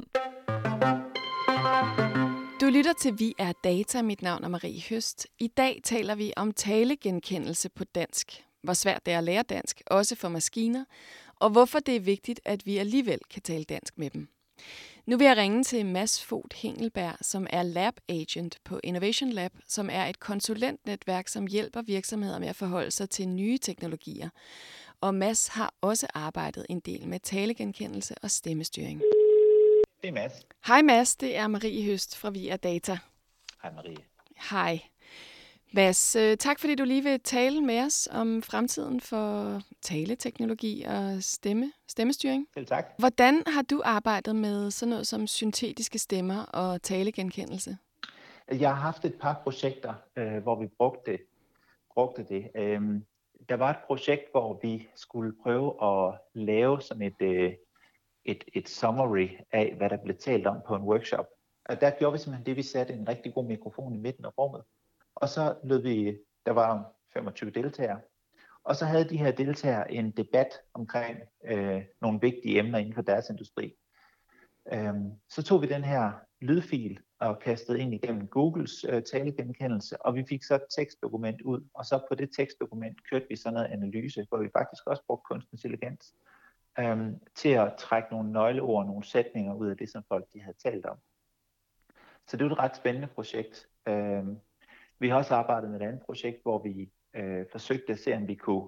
Du lytter til Vi er Data. Mit navn er Marie Høst. I dag taler vi om talegenkendelse på dansk. Hvor svært det er at lære dansk, også for maskiner, og hvorfor det er vigtigt, at vi alligevel kan tale dansk med dem. Nu vil jeg ringe til Mads Vogt Hengelberg, som er Lab Agent på Innovation Lab, som er et konsulentnetværk, som hjælper virksomheder med at forholde sig til nye teknologier. Og Mads har også arbejdet en del med talegenkendelse og stemmestyring. Det er Mads. Hej Mads, det er Marie Høst fra Vi er Data. Hej Marie. Hej. Mads, tak fordi du lige vil tale med os om fremtiden for taleteknologi og stemmestyring. Selv tak. Hvordan har du arbejdet med sådan noget som syntetiske stemmer og talegenkendelse? Jeg har haft et par projekter, hvor vi brugte det. Der var et projekt, hvor vi skulle prøve at lave sådan et summary af, hvad der blev talt om på en workshop. Og der gjorde vi simpelthen det, vi satte en rigtig god mikrofon i midten af rummet. Og så der var 25 deltagere, Og så havde de her deltagere en debat omkring nogle vigtige emner inden for deres industri. Så tog vi den her lydfil og kastede ind igennem Googles talegenkendelse, og vi fik så et tekstdokument ud, og så på det tekstdokument kørte vi sådan noget analyse, hvor vi faktisk også brugte kunstig intelligens til at trække nogle nøgleord, nogle sætninger ud af det, som folk de havde talt om. Så det var et ret spændende projekt. Vi har også arbejdet med et andet projekt, hvor vi forsøgte at se, om vi kunne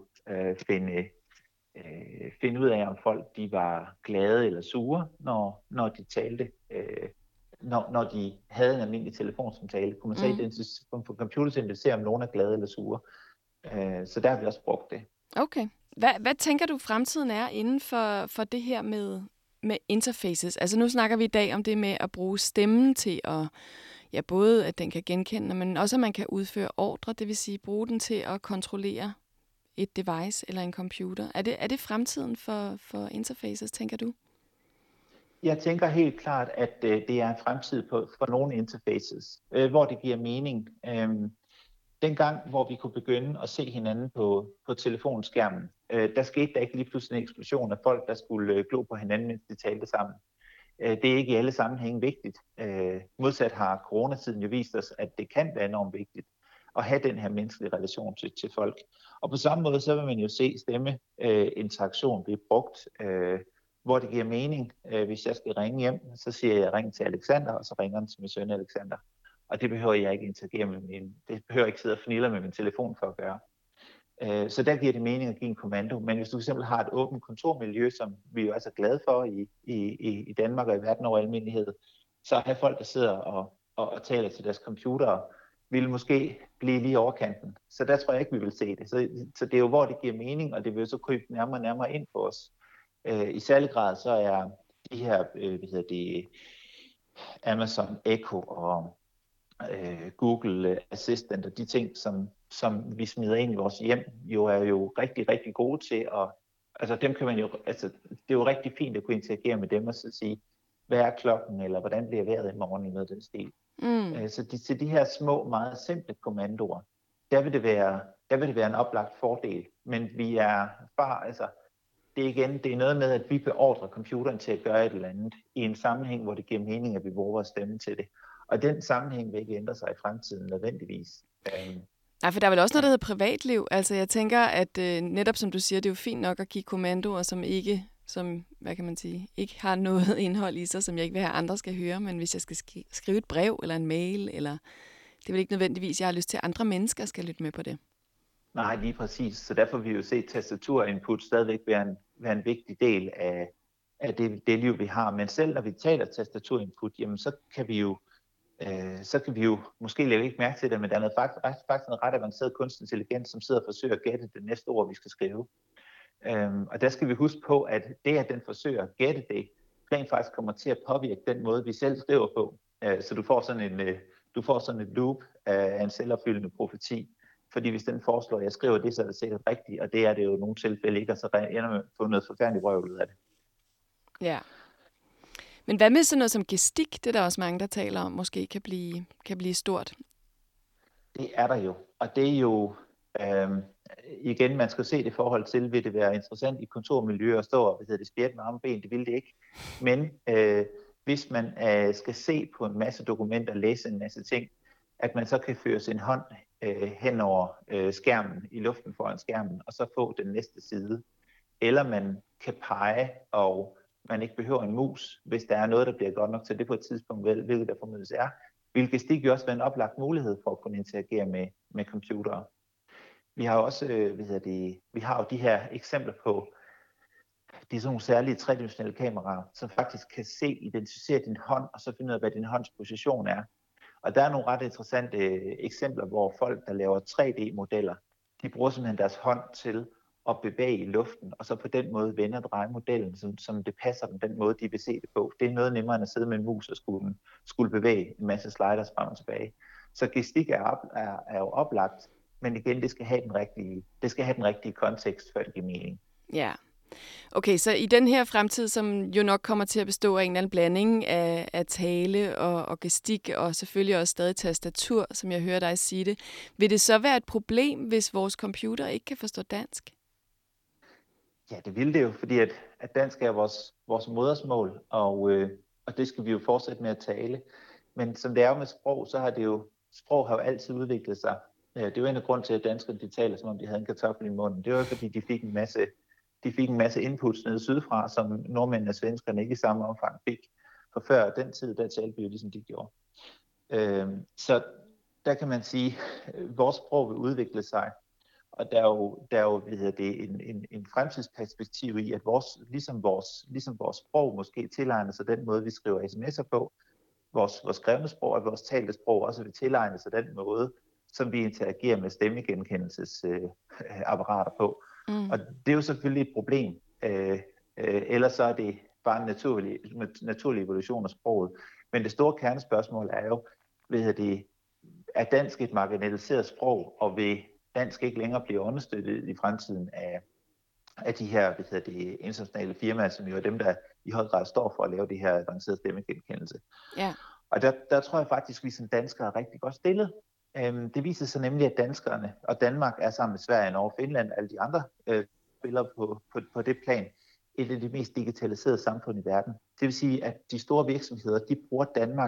finde ud af, om folk de var glade eller sure, når de talte. Når de havde en almindelig telefonsamtale, kunne man tage på computer til at se, om nogen er glade eller sure. Så der har vi også brugt det. Okay. Hvad tænker du, fremtiden er inden for det her med interfaces? Altså nu snakker vi i dag om det med at bruge stemmen til at, ja, både at den kan genkende, men også at man kan udføre ordre, det vil sige bruge den til at kontrollere et device eller en computer. Er det fremtiden for interfaces, tænker du? Jeg tænker helt klart, at det er en fremtid for nogle interfaces, hvor det giver mening. Dengang, hvor vi kunne begynde at se hinanden på telefonskærmen, der skete der ikke lige pludselig en eksplosion af folk, der skulle glo på hinanden, mens de talte sammen. Det er ikke i alle sammenhænge vigtigt. Modsat har coronatiden jo vist os, at det kan være enormt vigtigt at have den her menneskelige relation til folk. Og på samme måde, så vil man jo se stemmeinteraktion blive brugt, hvor det giver mening. Hvis jeg skal ringe hjem, så siger jeg ring til Alexander, og så ringer den til min søn Alexander. Og det behøver jeg ikke interagere med det behøver jeg ikke sidde og fnille med min telefon for at gøre. Så der giver det mening at give en kommando. Men hvis du fx har et åbent kontormiljø, som vi jo er så glade for i Danmark og i verden over almindelighed, så have folk, der sidder og taler til deres computere, vil måske blive lige overkanten. Så der tror jeg ikke, vi vil se det. Så det er jo, hvor det giver mening, og det vil jo så krybe nærmere ind på os. I særlig grad så er de her, Amazon Echo og Google Assistant og de ting, som vi smider ind i vores hjem, er jo rigtig, rigtig gode til at, altså dem kan man jo, altså det er jo rigtig fint at kunne interagere med dem og så sige, hvad er klokken, eller hvordan bliver vejret i morgen, i noget af den stil. Så de her små, meget simple kommandoer, der vil det være en oplagt fordel, men vi er bare, altså det er noget med, at vi beordrer computeren til at gøre et eller andet i en sammenhæng, hvor det giver mening, at vi bruger vores stemme til det. Og den sammenhæng vil ikke ændre sig i fremtiden nødvendigvis. Nej, for der er vel også noget, der hedder privatliv. Altså jeg tænker, at netop som du siger, det er jo fint nok at give kommandoer, som hvad kan man sige, ikke har noget indhold i sig, som jeg ikke vil have andre skal høre, men hvis jeg skal skrive et brev eller en mail, eller det er vel ikke nødvendigvis, jeg har lyst til, at andre mennesker skal lytte med på det. Nej, lige præcis. Så derfor vil vi jo se tastaturinput stadigvæk være en vigtig del af det liv, vi har. Men selv når vi taler tastaturinput, jamen så kan vi jo måske lave ikke mærke til det, men der er faktisk noget ret avanceret kunstig intelligens, som sidder og forsøger at gætte det næste ord, vi skal skrive. Og der skal vi huske på, at det, at den forsøger at gætte det, rent faktisk kommer til at påvirke den måde, vi selv skriver på. Så du får sådan et loop af en selvopfyldende profeti. Fordi hvis den foreslår, at jeg skriver det, så er det sikkert rigtigt, og det er det jo i nogle tilfælde ikke, og så ender man få noget forfærdeligt vrøvl ud af det. Ja. Men hvad med sådan noget som gestik? Det er der også mange, der taler om, måske kan blive stort. Det er der jo, og det er jo, igen, man skal se det i forhold til, vil det være interessant i kontormiljøer at stå og spjætte med arme og ben, det vil det ikke. Men hvis man skal se på en masse dokumenter og læse en masse ting, at man så kan føre sin hånd hen over skærmen, i luften foran skærmen, og så få den næste side. Eller man kan pege, og man ikke behøver en mus, hvis der er noget, der bliver godt nok til det på et tidspunkt, hvilket der formodentlig er. Vil gestik jo også være en oplagt mulighed for at kunne interagere med computere. Vi har også, vi har jo de her eksempler på, de er sådan nogle særlige tredimensionelle kameraer, som faktisk kan identificere din hånd, og så finde ud af, hvad din hånds position er. Og der er nogle ret interessante eksempler, hvor folk, der laver 3D-modeller, de bruger simpelthen deres hånd til at bevæge i luften, og så på den måde vende og dreje modellen, som det passer dem, den måde, de vil se det på. Det er noget nemmere end at sidde med en mus og skulle bevæge en masse sliders frem og tilbage. Så gestik er jo oplagt, men igen, det skal have den rigtige kontekst, før det giver mening. Ja, Okay, så i den her fremtid, som jo nok kommer til at bestå af en eller anden blanding af tale og gestik, og selvfølgelig også stadig tastatur, som jeg hører dig sige det, vil det så være et problem, hvis vores computer ikke kan forstå dansk? Ja, det ville det jo, fordi at dansk er vores modersmål, og det skal vi jo fortsætte med at tale. Men som det er jo med sprog, så har sprog har jo altid udviklet sig. Det er jo en af grunden til, at danskerne de taler, som om de havde en kartoffel i munden. Det var jo fordi, de fik en masse inputs nede sydfra, som nordmændene og svenskerne ikke i samme omfang fik. For før den tid, der talte vi jo ligesom de gjorde. Så der kan man sige, at vores sprog vil udvikle sig. Og der er jo en fremtidsperspektiv i, at ligesom vores sprog måske tilegner sig den måde, vi skriver sms'er på, vores skrevne sprog og vores talte sprog også vil tilegne sig den måde, som vi interagerer med stemmegenkendelsesapparater på. Og det er jo selvfølgelig et problem. Ellers så er det bare en naturlig evolution af sproget. Men det store kernespørgsmål er jo, er dansk et marginaliseret sprog, og vil dansk ikke længere blive understøttet i fremtiden af de her internationale firmaer, som jo er dem, der i høj grad står for at lave det her avancerede stemmegenkendelse. Ja. Og der tror jeg faktisk, at vi som danskere er rigtig godt stillet. Det viser sig nemlig, at danskerne og Danmark er sammen med Sverige, Norge, Finland og alle de andre spillere på det plan et af de mest digitaliserede samfund i verden. Det vil sige, at de store virksomheder, de bruger Danmark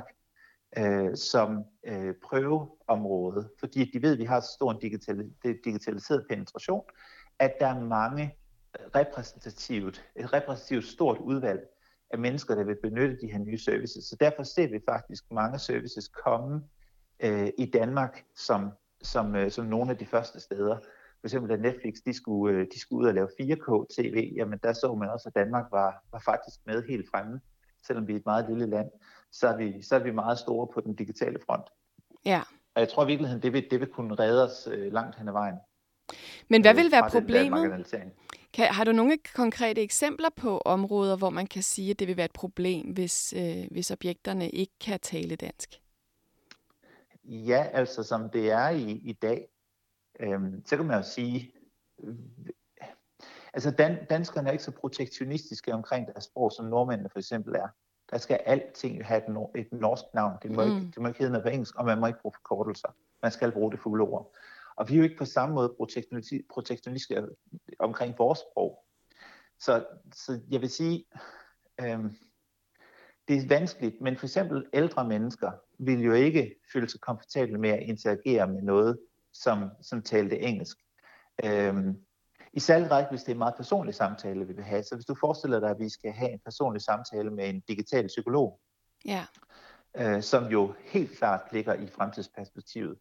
som prøveområde, fordi de ved, at vi har så stor en digitaliseret penetration, at der er mange et repræsentativt stort udvalg af mennesker, der vil benytte de her nye services. Så derfor ser vi faktisk mange services komme i Danmark som nogle af de første steder. For eksempel da Netflix de skulle ud og lave 4K-TV, jamen der så man også, at Danmark var faktisk med helt fremme. Selvom vi er et meget lille land, så er vi meget store på den digitale front. Ja. Og jeg tror i virkeligheden, det vil kunne redde os langt hen ad vejen. Men hvad vil være problemet? Har du nogle konkrete eksempler på områder, hvor man kan sige, at det vil være et problem, hvis objekterne ikke kan tale dansk? Ja, altså som det er i dag, så kan man jo sige, altså danskerne er ikke så protektionistiske omkring deres sprog, som nordmændene for eksempel er. Der skal alting have et norsk navn. Det må ikke hedde noget på engelsk, og man må ikke bruge forkortelser. Man skal bruge det fulde ord. Og vi er jo ikke på samme måde protektionistiske omkring vores sprog. Så jeg vil sige, det er vanskeligt, men for eksempel ældre mennesker vil jo ikke føle sig komfortable med at interagere med noget, som talte engelsk. I særlig ret, hvis det er en meget personlig samtale, vi vil have. Så hvis du forestiller dig, at vi skal have en personlig samtale med en digital psykolog, som jo helt klart ligger i fremtidsperspektivet.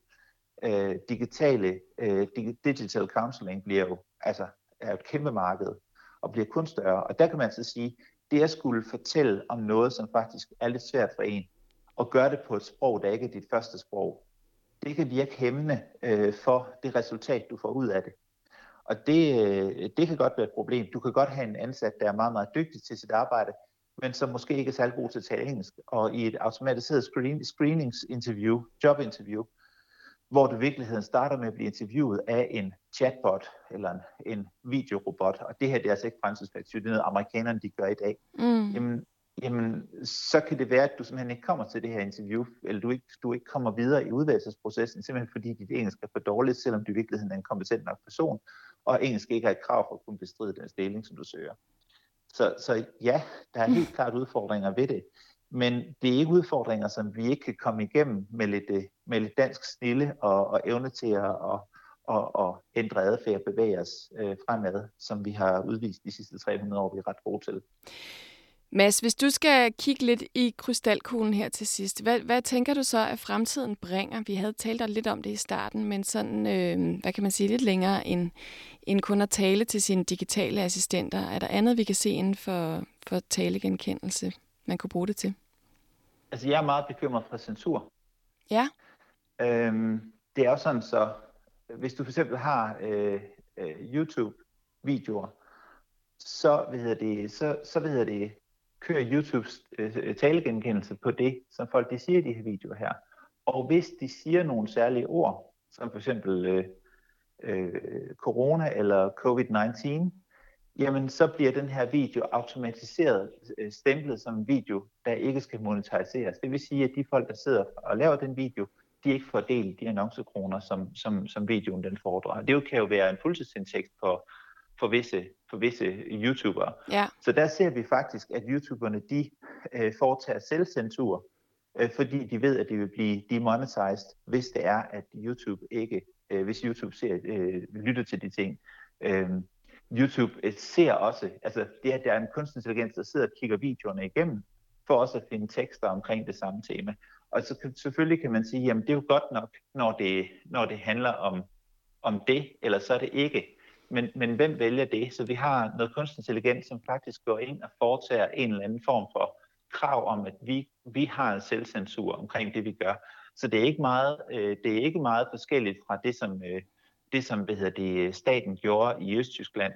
Digital counseling bliver jo er et kæmpe marked og bliver kun større. Og der kan man altså sige, det at skulle fortælle om noget, som faktisk er lidt svært for en, og gøre det på et sprog, der ikke er dit første sprog, det kan virke hæmmende for det resultat, du får ud af det. Og det kan godt være et problem. Du kan godt have en ansat, der er meget, meget dygtig til sit arbejde, men som måske ikke er særlig god til at tale engelsk. Og i et automatiseret screeningsinterview, jobinterview, hvor du i virkeligheden starter med at blive interviewet af en chatbot eller en videorobot, og det her det er altså ikke fremtidsperspektiv, det er noget amerikanerne de gør i dag, jamen så kan det være, at du simpelthen ikke kommer til det her interview, eller du ikke kommer videre i udvalgelsesprocessen, simpelthen fordi dit engelsk er for dårligt, selvom du i virkeligheden er en kompetent nok person, og engelsk ikke har et krav for at kunne bestride den stilling, som du søger. Så ja, der er helt klart udfordringer ved det, men det er ikke udfordringer, som vi ikke kan komme igennem med lidt dansk snille og evne til at ændre adfærd og bevæge os fremad, som vi har udvist de sidste 300 år, vi er ret gode til. Mads, hvis du skal kigge lidt i krystalkuglen her til sidst, hvad tænker du så, at fremtiden bringer? Vi havde talt lidt om det i starten, men sådan, hvad kan man sige, lidt længere end kun at tale til sine digitale assistenter. Er der andet, vi kan se inden for talegenkendelse, man kunne bruge det til? Altså, jeg er meget bekymret for censur. Ja. Det er jo sådan, så hvis du for eksempel har YouTube-videoer, så kører YouTubes talegenkendelse på det, som folk de siger i de her videoer her. Og hvis de siger nogle særlige ord, som for eksempel corona eller COVID-19, jamen så bliver den her video automatiseret stemplet som en video, der ikke skal monetiseres. Det vil sige, at de folk, der sidder og laver den video, de ikke får del i de annoncekroner, som videoen den foredrager. Det kan jo være en fuldtidsindtægt for visse YouTubere. Ja. Så der ser vi faktisk, at YouTuberne de foretager selvcensur, fordi de ved, at det vil blive demonetized, hvis det er, at YouTube ikke, hvis YouTube lytter til de ting. YouTube ser også, altså det at der er en kunstig intelligens, der sidder og kigger videoerne igennem, for også at finde tekster omkring det samme tema. Og så selvfølgelig kan man sige, jamen det er jo godt nok, når det handler om det, eller så er det ikke. Men hvem vælger det? Så vi har noget kunstig intelligens, som faktisk går ind og foretager en eller anden form for krav om, at vi har en selvcensur omkring det, vi gør. Så det er ikke meget forskelligt fra det som staten gjorde i Østtyskland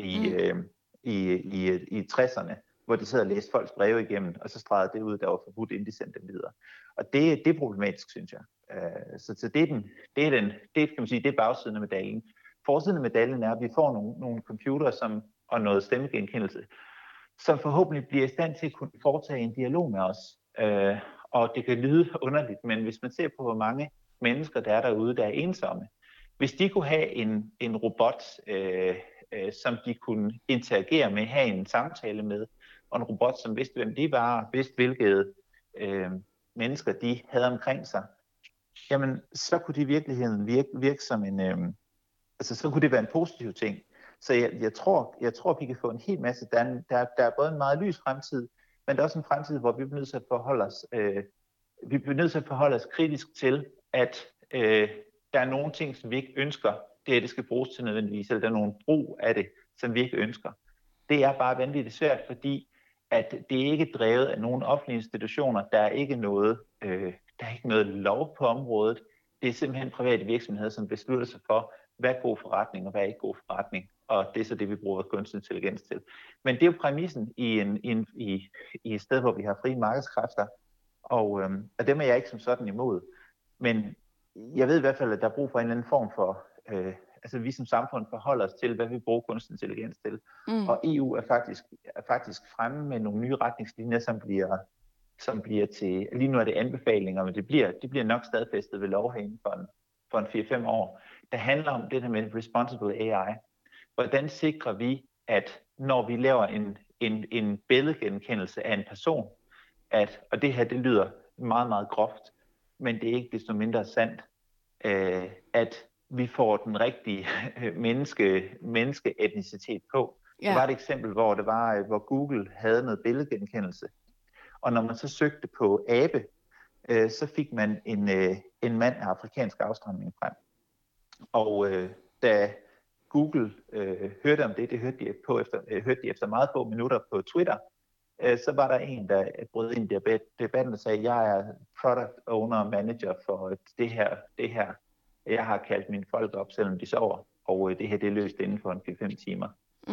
i 60'erne, hvor de sad og læste folks breve igennem, og så stregede det ud, der var forbudt, inden de sendte dem videre. Og det er problematisk, synes jeg. Så det er bagsiden af medaljen. Forsiden af medaljen er, at vi får nogle computere og noget stemmegenkendelse, som forhåbentlig bliver i stand til at kunne foretage en dialog med os. Og det kan lyde underligt, men hvis man ser på, hvor mange mennesker der er derude, der er ensomme, hvis de kunne have en robot, som de kunne interagere med, have en samtale med, og en robot, som vidste, hvem de var, vidste, hvilke mennesker de havde omkring sig, jamen, så kunne de i virkeligheden virke som så kunne det være en positiv ting. Så jeg tror, vi kan få en hel masse. Der er både en meget lys fremtid, men der er også en fremtid, hvor vi bliver nødt til at forholde os kritisk til, at der er nogle ting, som vi ikke ønsker, det skal bruges til nødvendigvis, eller der er nogle brug af det, som vi ikke ønsker. Det er bare vanvittigt svært, fordi at det ikke er drevet af nogle offentlige institutioner. Der er ikke noget lov på området. Det er simpelthen private virksomheder, som beslutter sig for, hvad er god forretning og hvad er ikke god forretning. Og det er så det, vi bruger kunstig intelligens til. Men det er jo præmissen i et sted, hvor vi har frie markedskræfter, og dem er jeg ikke som sådan imod. Men jeg ved i hvert fald, at der er brug for en eller anden form for, vi som samfund forholder os til, hvad vi bruger kunstig intelligens til. Og EU er faktisk fremme med nogle nye retningslinjer, som bliver til, lige nu er det anbefalinger, men det bliver nok stadfæstet ved lov herinde for en 4-5 år. Der handler om det der med responsible AI. Hvordan sikrer vi, at når vi laver en billedgenkendelse af en person, og det her, det lyder meget, meget groft, men det er ikke desto mindre sandt, at vi får den rigtige menneskeetnicitet på. Ja. Der var et eksempel, hvor Google havde noget billedgenkendelse, og når man så søgte på abe, så fik man en mand af afrikansk afstamning frem. Og da Google hørte om det hørte de efter meget få minutter på Twitter, så var der en, der brød ind i debatten og sagde, jeg er product owner manager for det her. Jeg har kaldt mine folk op, selvom de sover, og det her det er løst inden for 5 timer.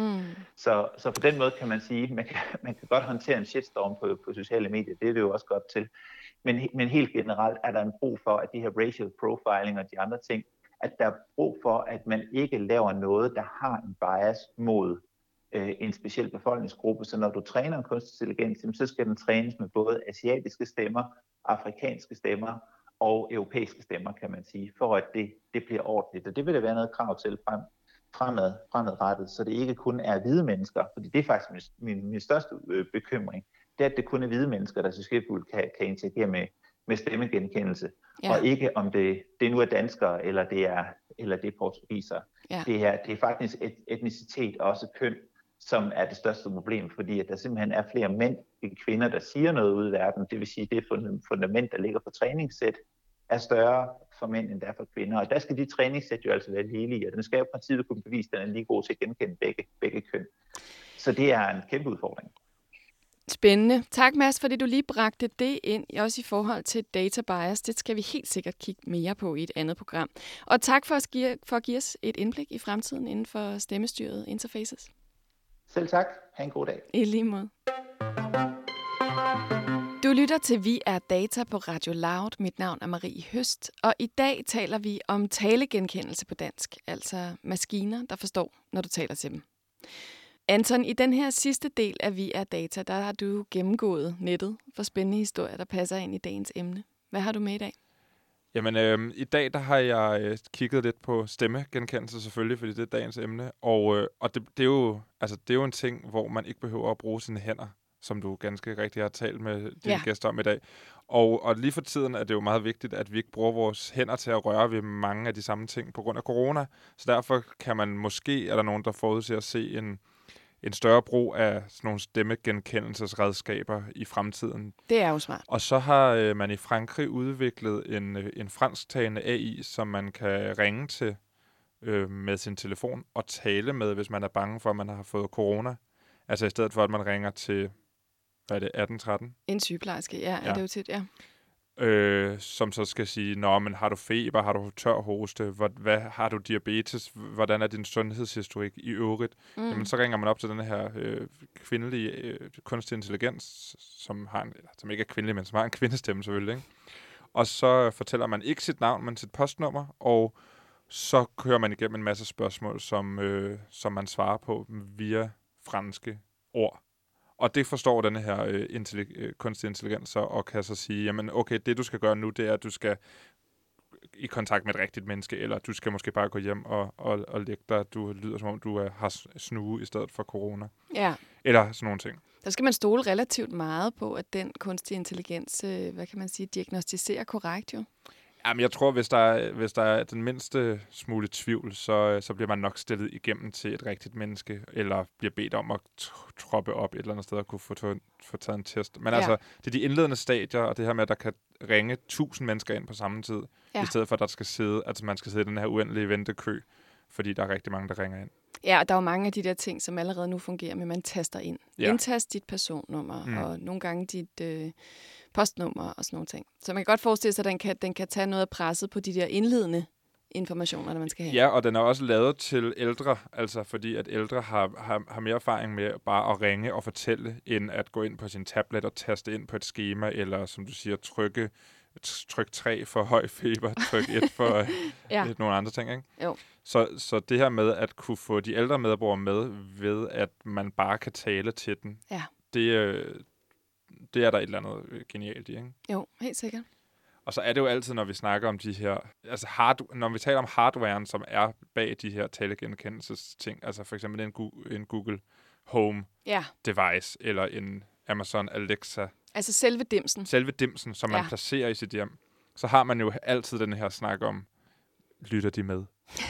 Så på den måde kan man sige, man kan godt håndtere en shitstorm på sociale medier, det er det jo også godt til. Men helt generelt er der en brug for, at de her racial profiling og de andre ting, at der er brug for, at man ikke laver noget, der har en bias mod en speciel befolkningsgruppe. Så når du træner en kunstig intelligens, så skal den trænes med både asiatiske stemmer, afrikanske stemmer og europæiske stemmer, kan man sige, for at det bliver ordentligt. Og det vil der være noget krav til fremadrettet, så det ikke kun er hvide mennesker, fordi det er faktisk min største bekymring, det er, at det kun er hvide mennesker, der succesfuldt kan interagere med stemmegenkendelse, og ikke om det nu er danskere, eller det er portugiser. Ja. Det er faktisk etnicitet og også køn, som er det største problem, fordi at der simpelthen er flere mænd end kvinder, der siger noget ude i verden. Det vil sige, at det fundament, der ligger på træningssæt, er større for mænd, end der er for kvinder. Og der skal de træningssæt jo altså være ligelige, og den skal jo i princippet kunne bevise, at den er lige god til at genkende begge køn. Så det er en kæmpe udfordring. Spændende. Tak, Mads, fordi du lige bragte det ind, også i forhold til data bias. Det skal vi helt sikkert kigge mere på i et andet program. Og tak for at give os et indblik i fremtiden inden for stemmestyret interfaces. Selv tak. Ha' en god dag. I lige måde. Du lytter til Vi er Data på Radio Loud. Mit navn er Marie Høst, og i dag taler vi om talegenkendelse på dansk, altså maskiner, der forstår, når du taler til dem. Anton, i den her sidste del af Vi er Data, der har du gennemgået nettet for spændende historier, der passer ind i dagens emne. Hvad har du med i dag? Jamen, i dag der har jeg kigget lidt på stemmegenkendelse selvfølgelig, fordi det er dagens emne. Og det er jo en ting, hvor man ikke behøver at bruge sine hænder, som du ganske rigtig har talt med dine gæster om i dag. Og lige for tiden er det jo meget vigtigt, at vi ikke bruger vores hænder til at røre ved mange af de samme ting på grund af corona. Så derfor kan man måske, er der nogen, der forudser at se en større brug af sådan nogle stemmegenkendelsesredskaber i fremtiden. Det er jo smart. Og så har man i Frankrig udviklet en fransktalende AI, som man kan ringe til med sin telefon og tale med, hvis man er bange for, at man har fået corona. Altså i stedet for, at man ringer til, hvad er det, 1813? En sygeplejerske, ja. Er det jo tit, ja. Som så skal sige, nå, men har du feber, har du tør hoste, hvad har du diabetes, hvordan er din sundhedshistorik i øvrigt? Jamen, så ringer man op til den her kvindelige kunstig intelligens, som ikke er kvindelig, men som har en kvindestemme selvfølgelig, ikke? Og så fortæller man ikke sit navn, men sit postnummer, og så kører man igennem en masse spørgsmål, som man svarer på via franske ord. Og det forstår denne her kunstig intelligens så, og kan så sige, jamen okay, det du skal gøre nu, det er, at du skal i kontakt med et rigtigt menneske, eller du skal måske bare gå hjem og lægge dig, du lyder som om, du har snue i stedet for corona. Ja. Eller sådan nogle ting. Der skal man stole relativt meget på, at den kunstige intelligens, hvad kan man sige, diagnostiserer korrekt jo. Jamen, jeg tror, hvis der er den mindste smule tvivl, så bliver man nok stillet igennem til et rigtigt menneske, eller bliver bedt om at troppe op et eller andet sted og kunne få taget en test. Men altså, det er de indledende stadier, og det her med, at der kan ringe 1000 mennesker ind på samme tid, i stedet for, at man skal sidde i den her uendelige ventekø, fordi der er rigtig mange, der ringer ind. Ja, og der er jo mange af de der ting, som allerede nu fungerer med, at man taster ind. Ja. Indtast dit personnummer, og nogle gange dit postnummer og sådan nogle ting. Så man kan godt forestille sig, at den kan tage noget af presset på de der indledende informationer, der man skal have. Ja, og den er også lavet til ældre, altså fordi at ældre har mere erfaring med bare at ringe og fortælle, end at gå ind på sin tablet og taste ind på et skema, eller som du siger, tryk 3 for høj feber, tryk 1 for nogle andre ting, ikke? Jo. Så det her med at kunne få de ældre medborgere med, ved at man bare kan tale til den, det er der et eller andet genialt i, ikke? Jo, helt sikkert. Og så er det jo altid, når vi snakker om de her, altså når vi taler om hardwaren, som er bag de her talegenkendelsesting, altså for eksempel en Google Home device, eller en Amazon Alexa. Altså selve dimsen. Selve dimsen, som man placerer i sit hjem. Så har man jo altid den her snak om, lytter de med?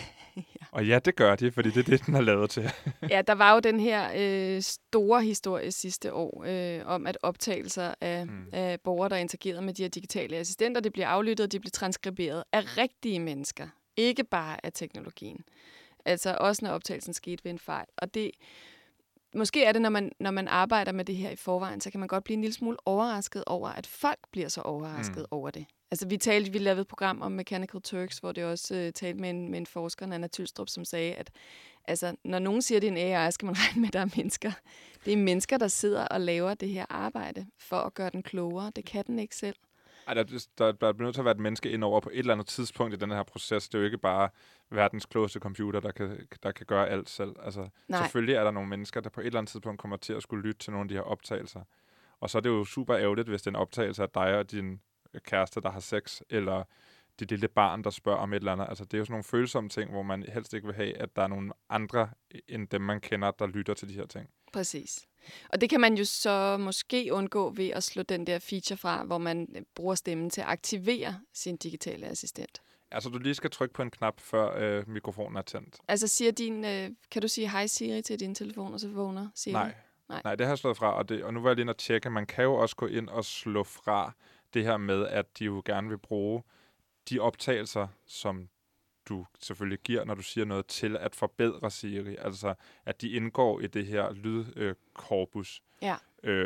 Og ja, det gør de, fordi det er det, den er lavet til. Ja, der var jo den her store historie sidste år om, at optagelser af borgere, der interagerede med de her digitale assistenter, det bliver aflyttet, og de bliver transkriberet af rigtige mennesker. Ikke bare af teknologien. Altså også når optagelsen skete ved en fejl. Og det, måske er det, når man arbejder med det her i forvejen, så kan man godt blive en lille smule overrasket over, at folk bliver så overrasket over det. Altså vi lavede et program om Mechanical Turks, hvor det også talte med en forsker, Nanna Tylstrup, som sagde, at altså, når nogen siger, at det er en AI, skal man regne med, at der er mennesker. Det er mennesker, der sidder og laver det her arbejde for at gøre den klogere. Det kan den ikke selv. Ej, der bliver nødt til at være et menneske indover på et eller andet tidspunkt i den her proces. Det er jo ikke bare verdens klogeste computer, der kan gøre alt selv. Altså, selvfølgelig er der nogle mennesker, der på et eller andet tidspunkt kommer til at skulle lytte til nogle af de her optagelser. Og så er det jo super ærgerligt, hvis det er en optagelse af dig og din kæreste, der har sex, eller det lille barn, der spørger om et eller andet. Altså, det er jo sådan nogle følsomme ting, hvor man helst ikke vil have, at der er nogle andre end dem, man kender, der lytter til de her ting. Præcis. Og det kan man jo så måske undgå ved at slå den der feature fra, hvor man bruger stemmen til at aktivere sin digitale assistent. Altså, du lige skal trykke på en knap, før mikrofonen er tændt. Altså, kan du sige hej Siri til din telefon, og så vågner Siri? Nej, det har jeg slået fra, og nu var jeg lige inde og tjekke. Man kan jo også gå ind og slå fra det her med, at de jo gerne vil bruge de optagelser, som du selvfølgelig giver, når du siger noget, til at forbedre Siri. Altså, at de indgår i det her lydkorpus. Ja.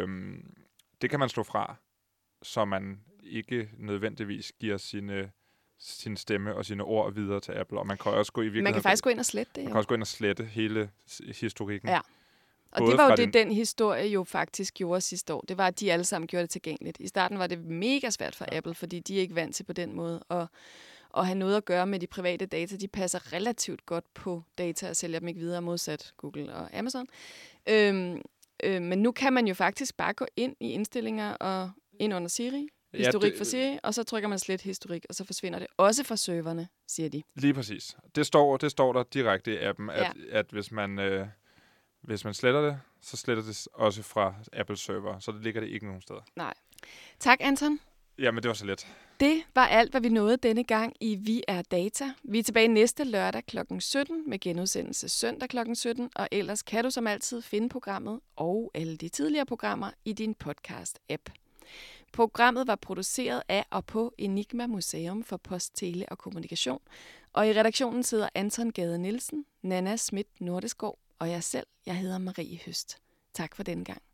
Det kan man slå fra, så man ikke nødvendigvis giver sin stemme og sine ord videre til Apple. Og man kan også gå i virkeligheden... Man kan faktisk gå ind og slette det. Man kan også gå ind og slette hele historikken. Ja. Og det var jo den historie jo faktisk gjorde sidste år. Det var, at de alle sammen gjorde det tilgængeligt. I starten var det mega svært for Apple, fordi de er ikke vant til på den måde at have noget at gøre med de private data. De passer relativt godt på data og sælger dem ikke videre modsat Google og Amazon. Men nu kan man jo faktisk bare gå ind i indstillinger og ind under Siri, historik for Siri, og så trykker man slet historik, og så forsvinder det også fra serverne, siger de. Lige præcis. Det står der direkte i appen, at hvis man sletter det, så sletter det også fra Apple server, så det ligger det ikke nogen steder. Nej. Tak, Anton. Jamen, det var så let. Det var alt, hvad vi nåede denne gang i Vi er Data. Vi er tilbage næste lørdag kl. 17 med genudsendelse søndag kl. 17, og ellers kan du som altid finde programmet og alle de tidligere programmer i din podcast-app. Programmet var produceret af og på Enigma Museum for Post, Tele og Kommunikation, og i redaktionen sidder Anton Gade Nielsen, Nana Schmidt Nordesgaard og jeg selv. Jeg hedder Marie Høst. Tak for denne gang.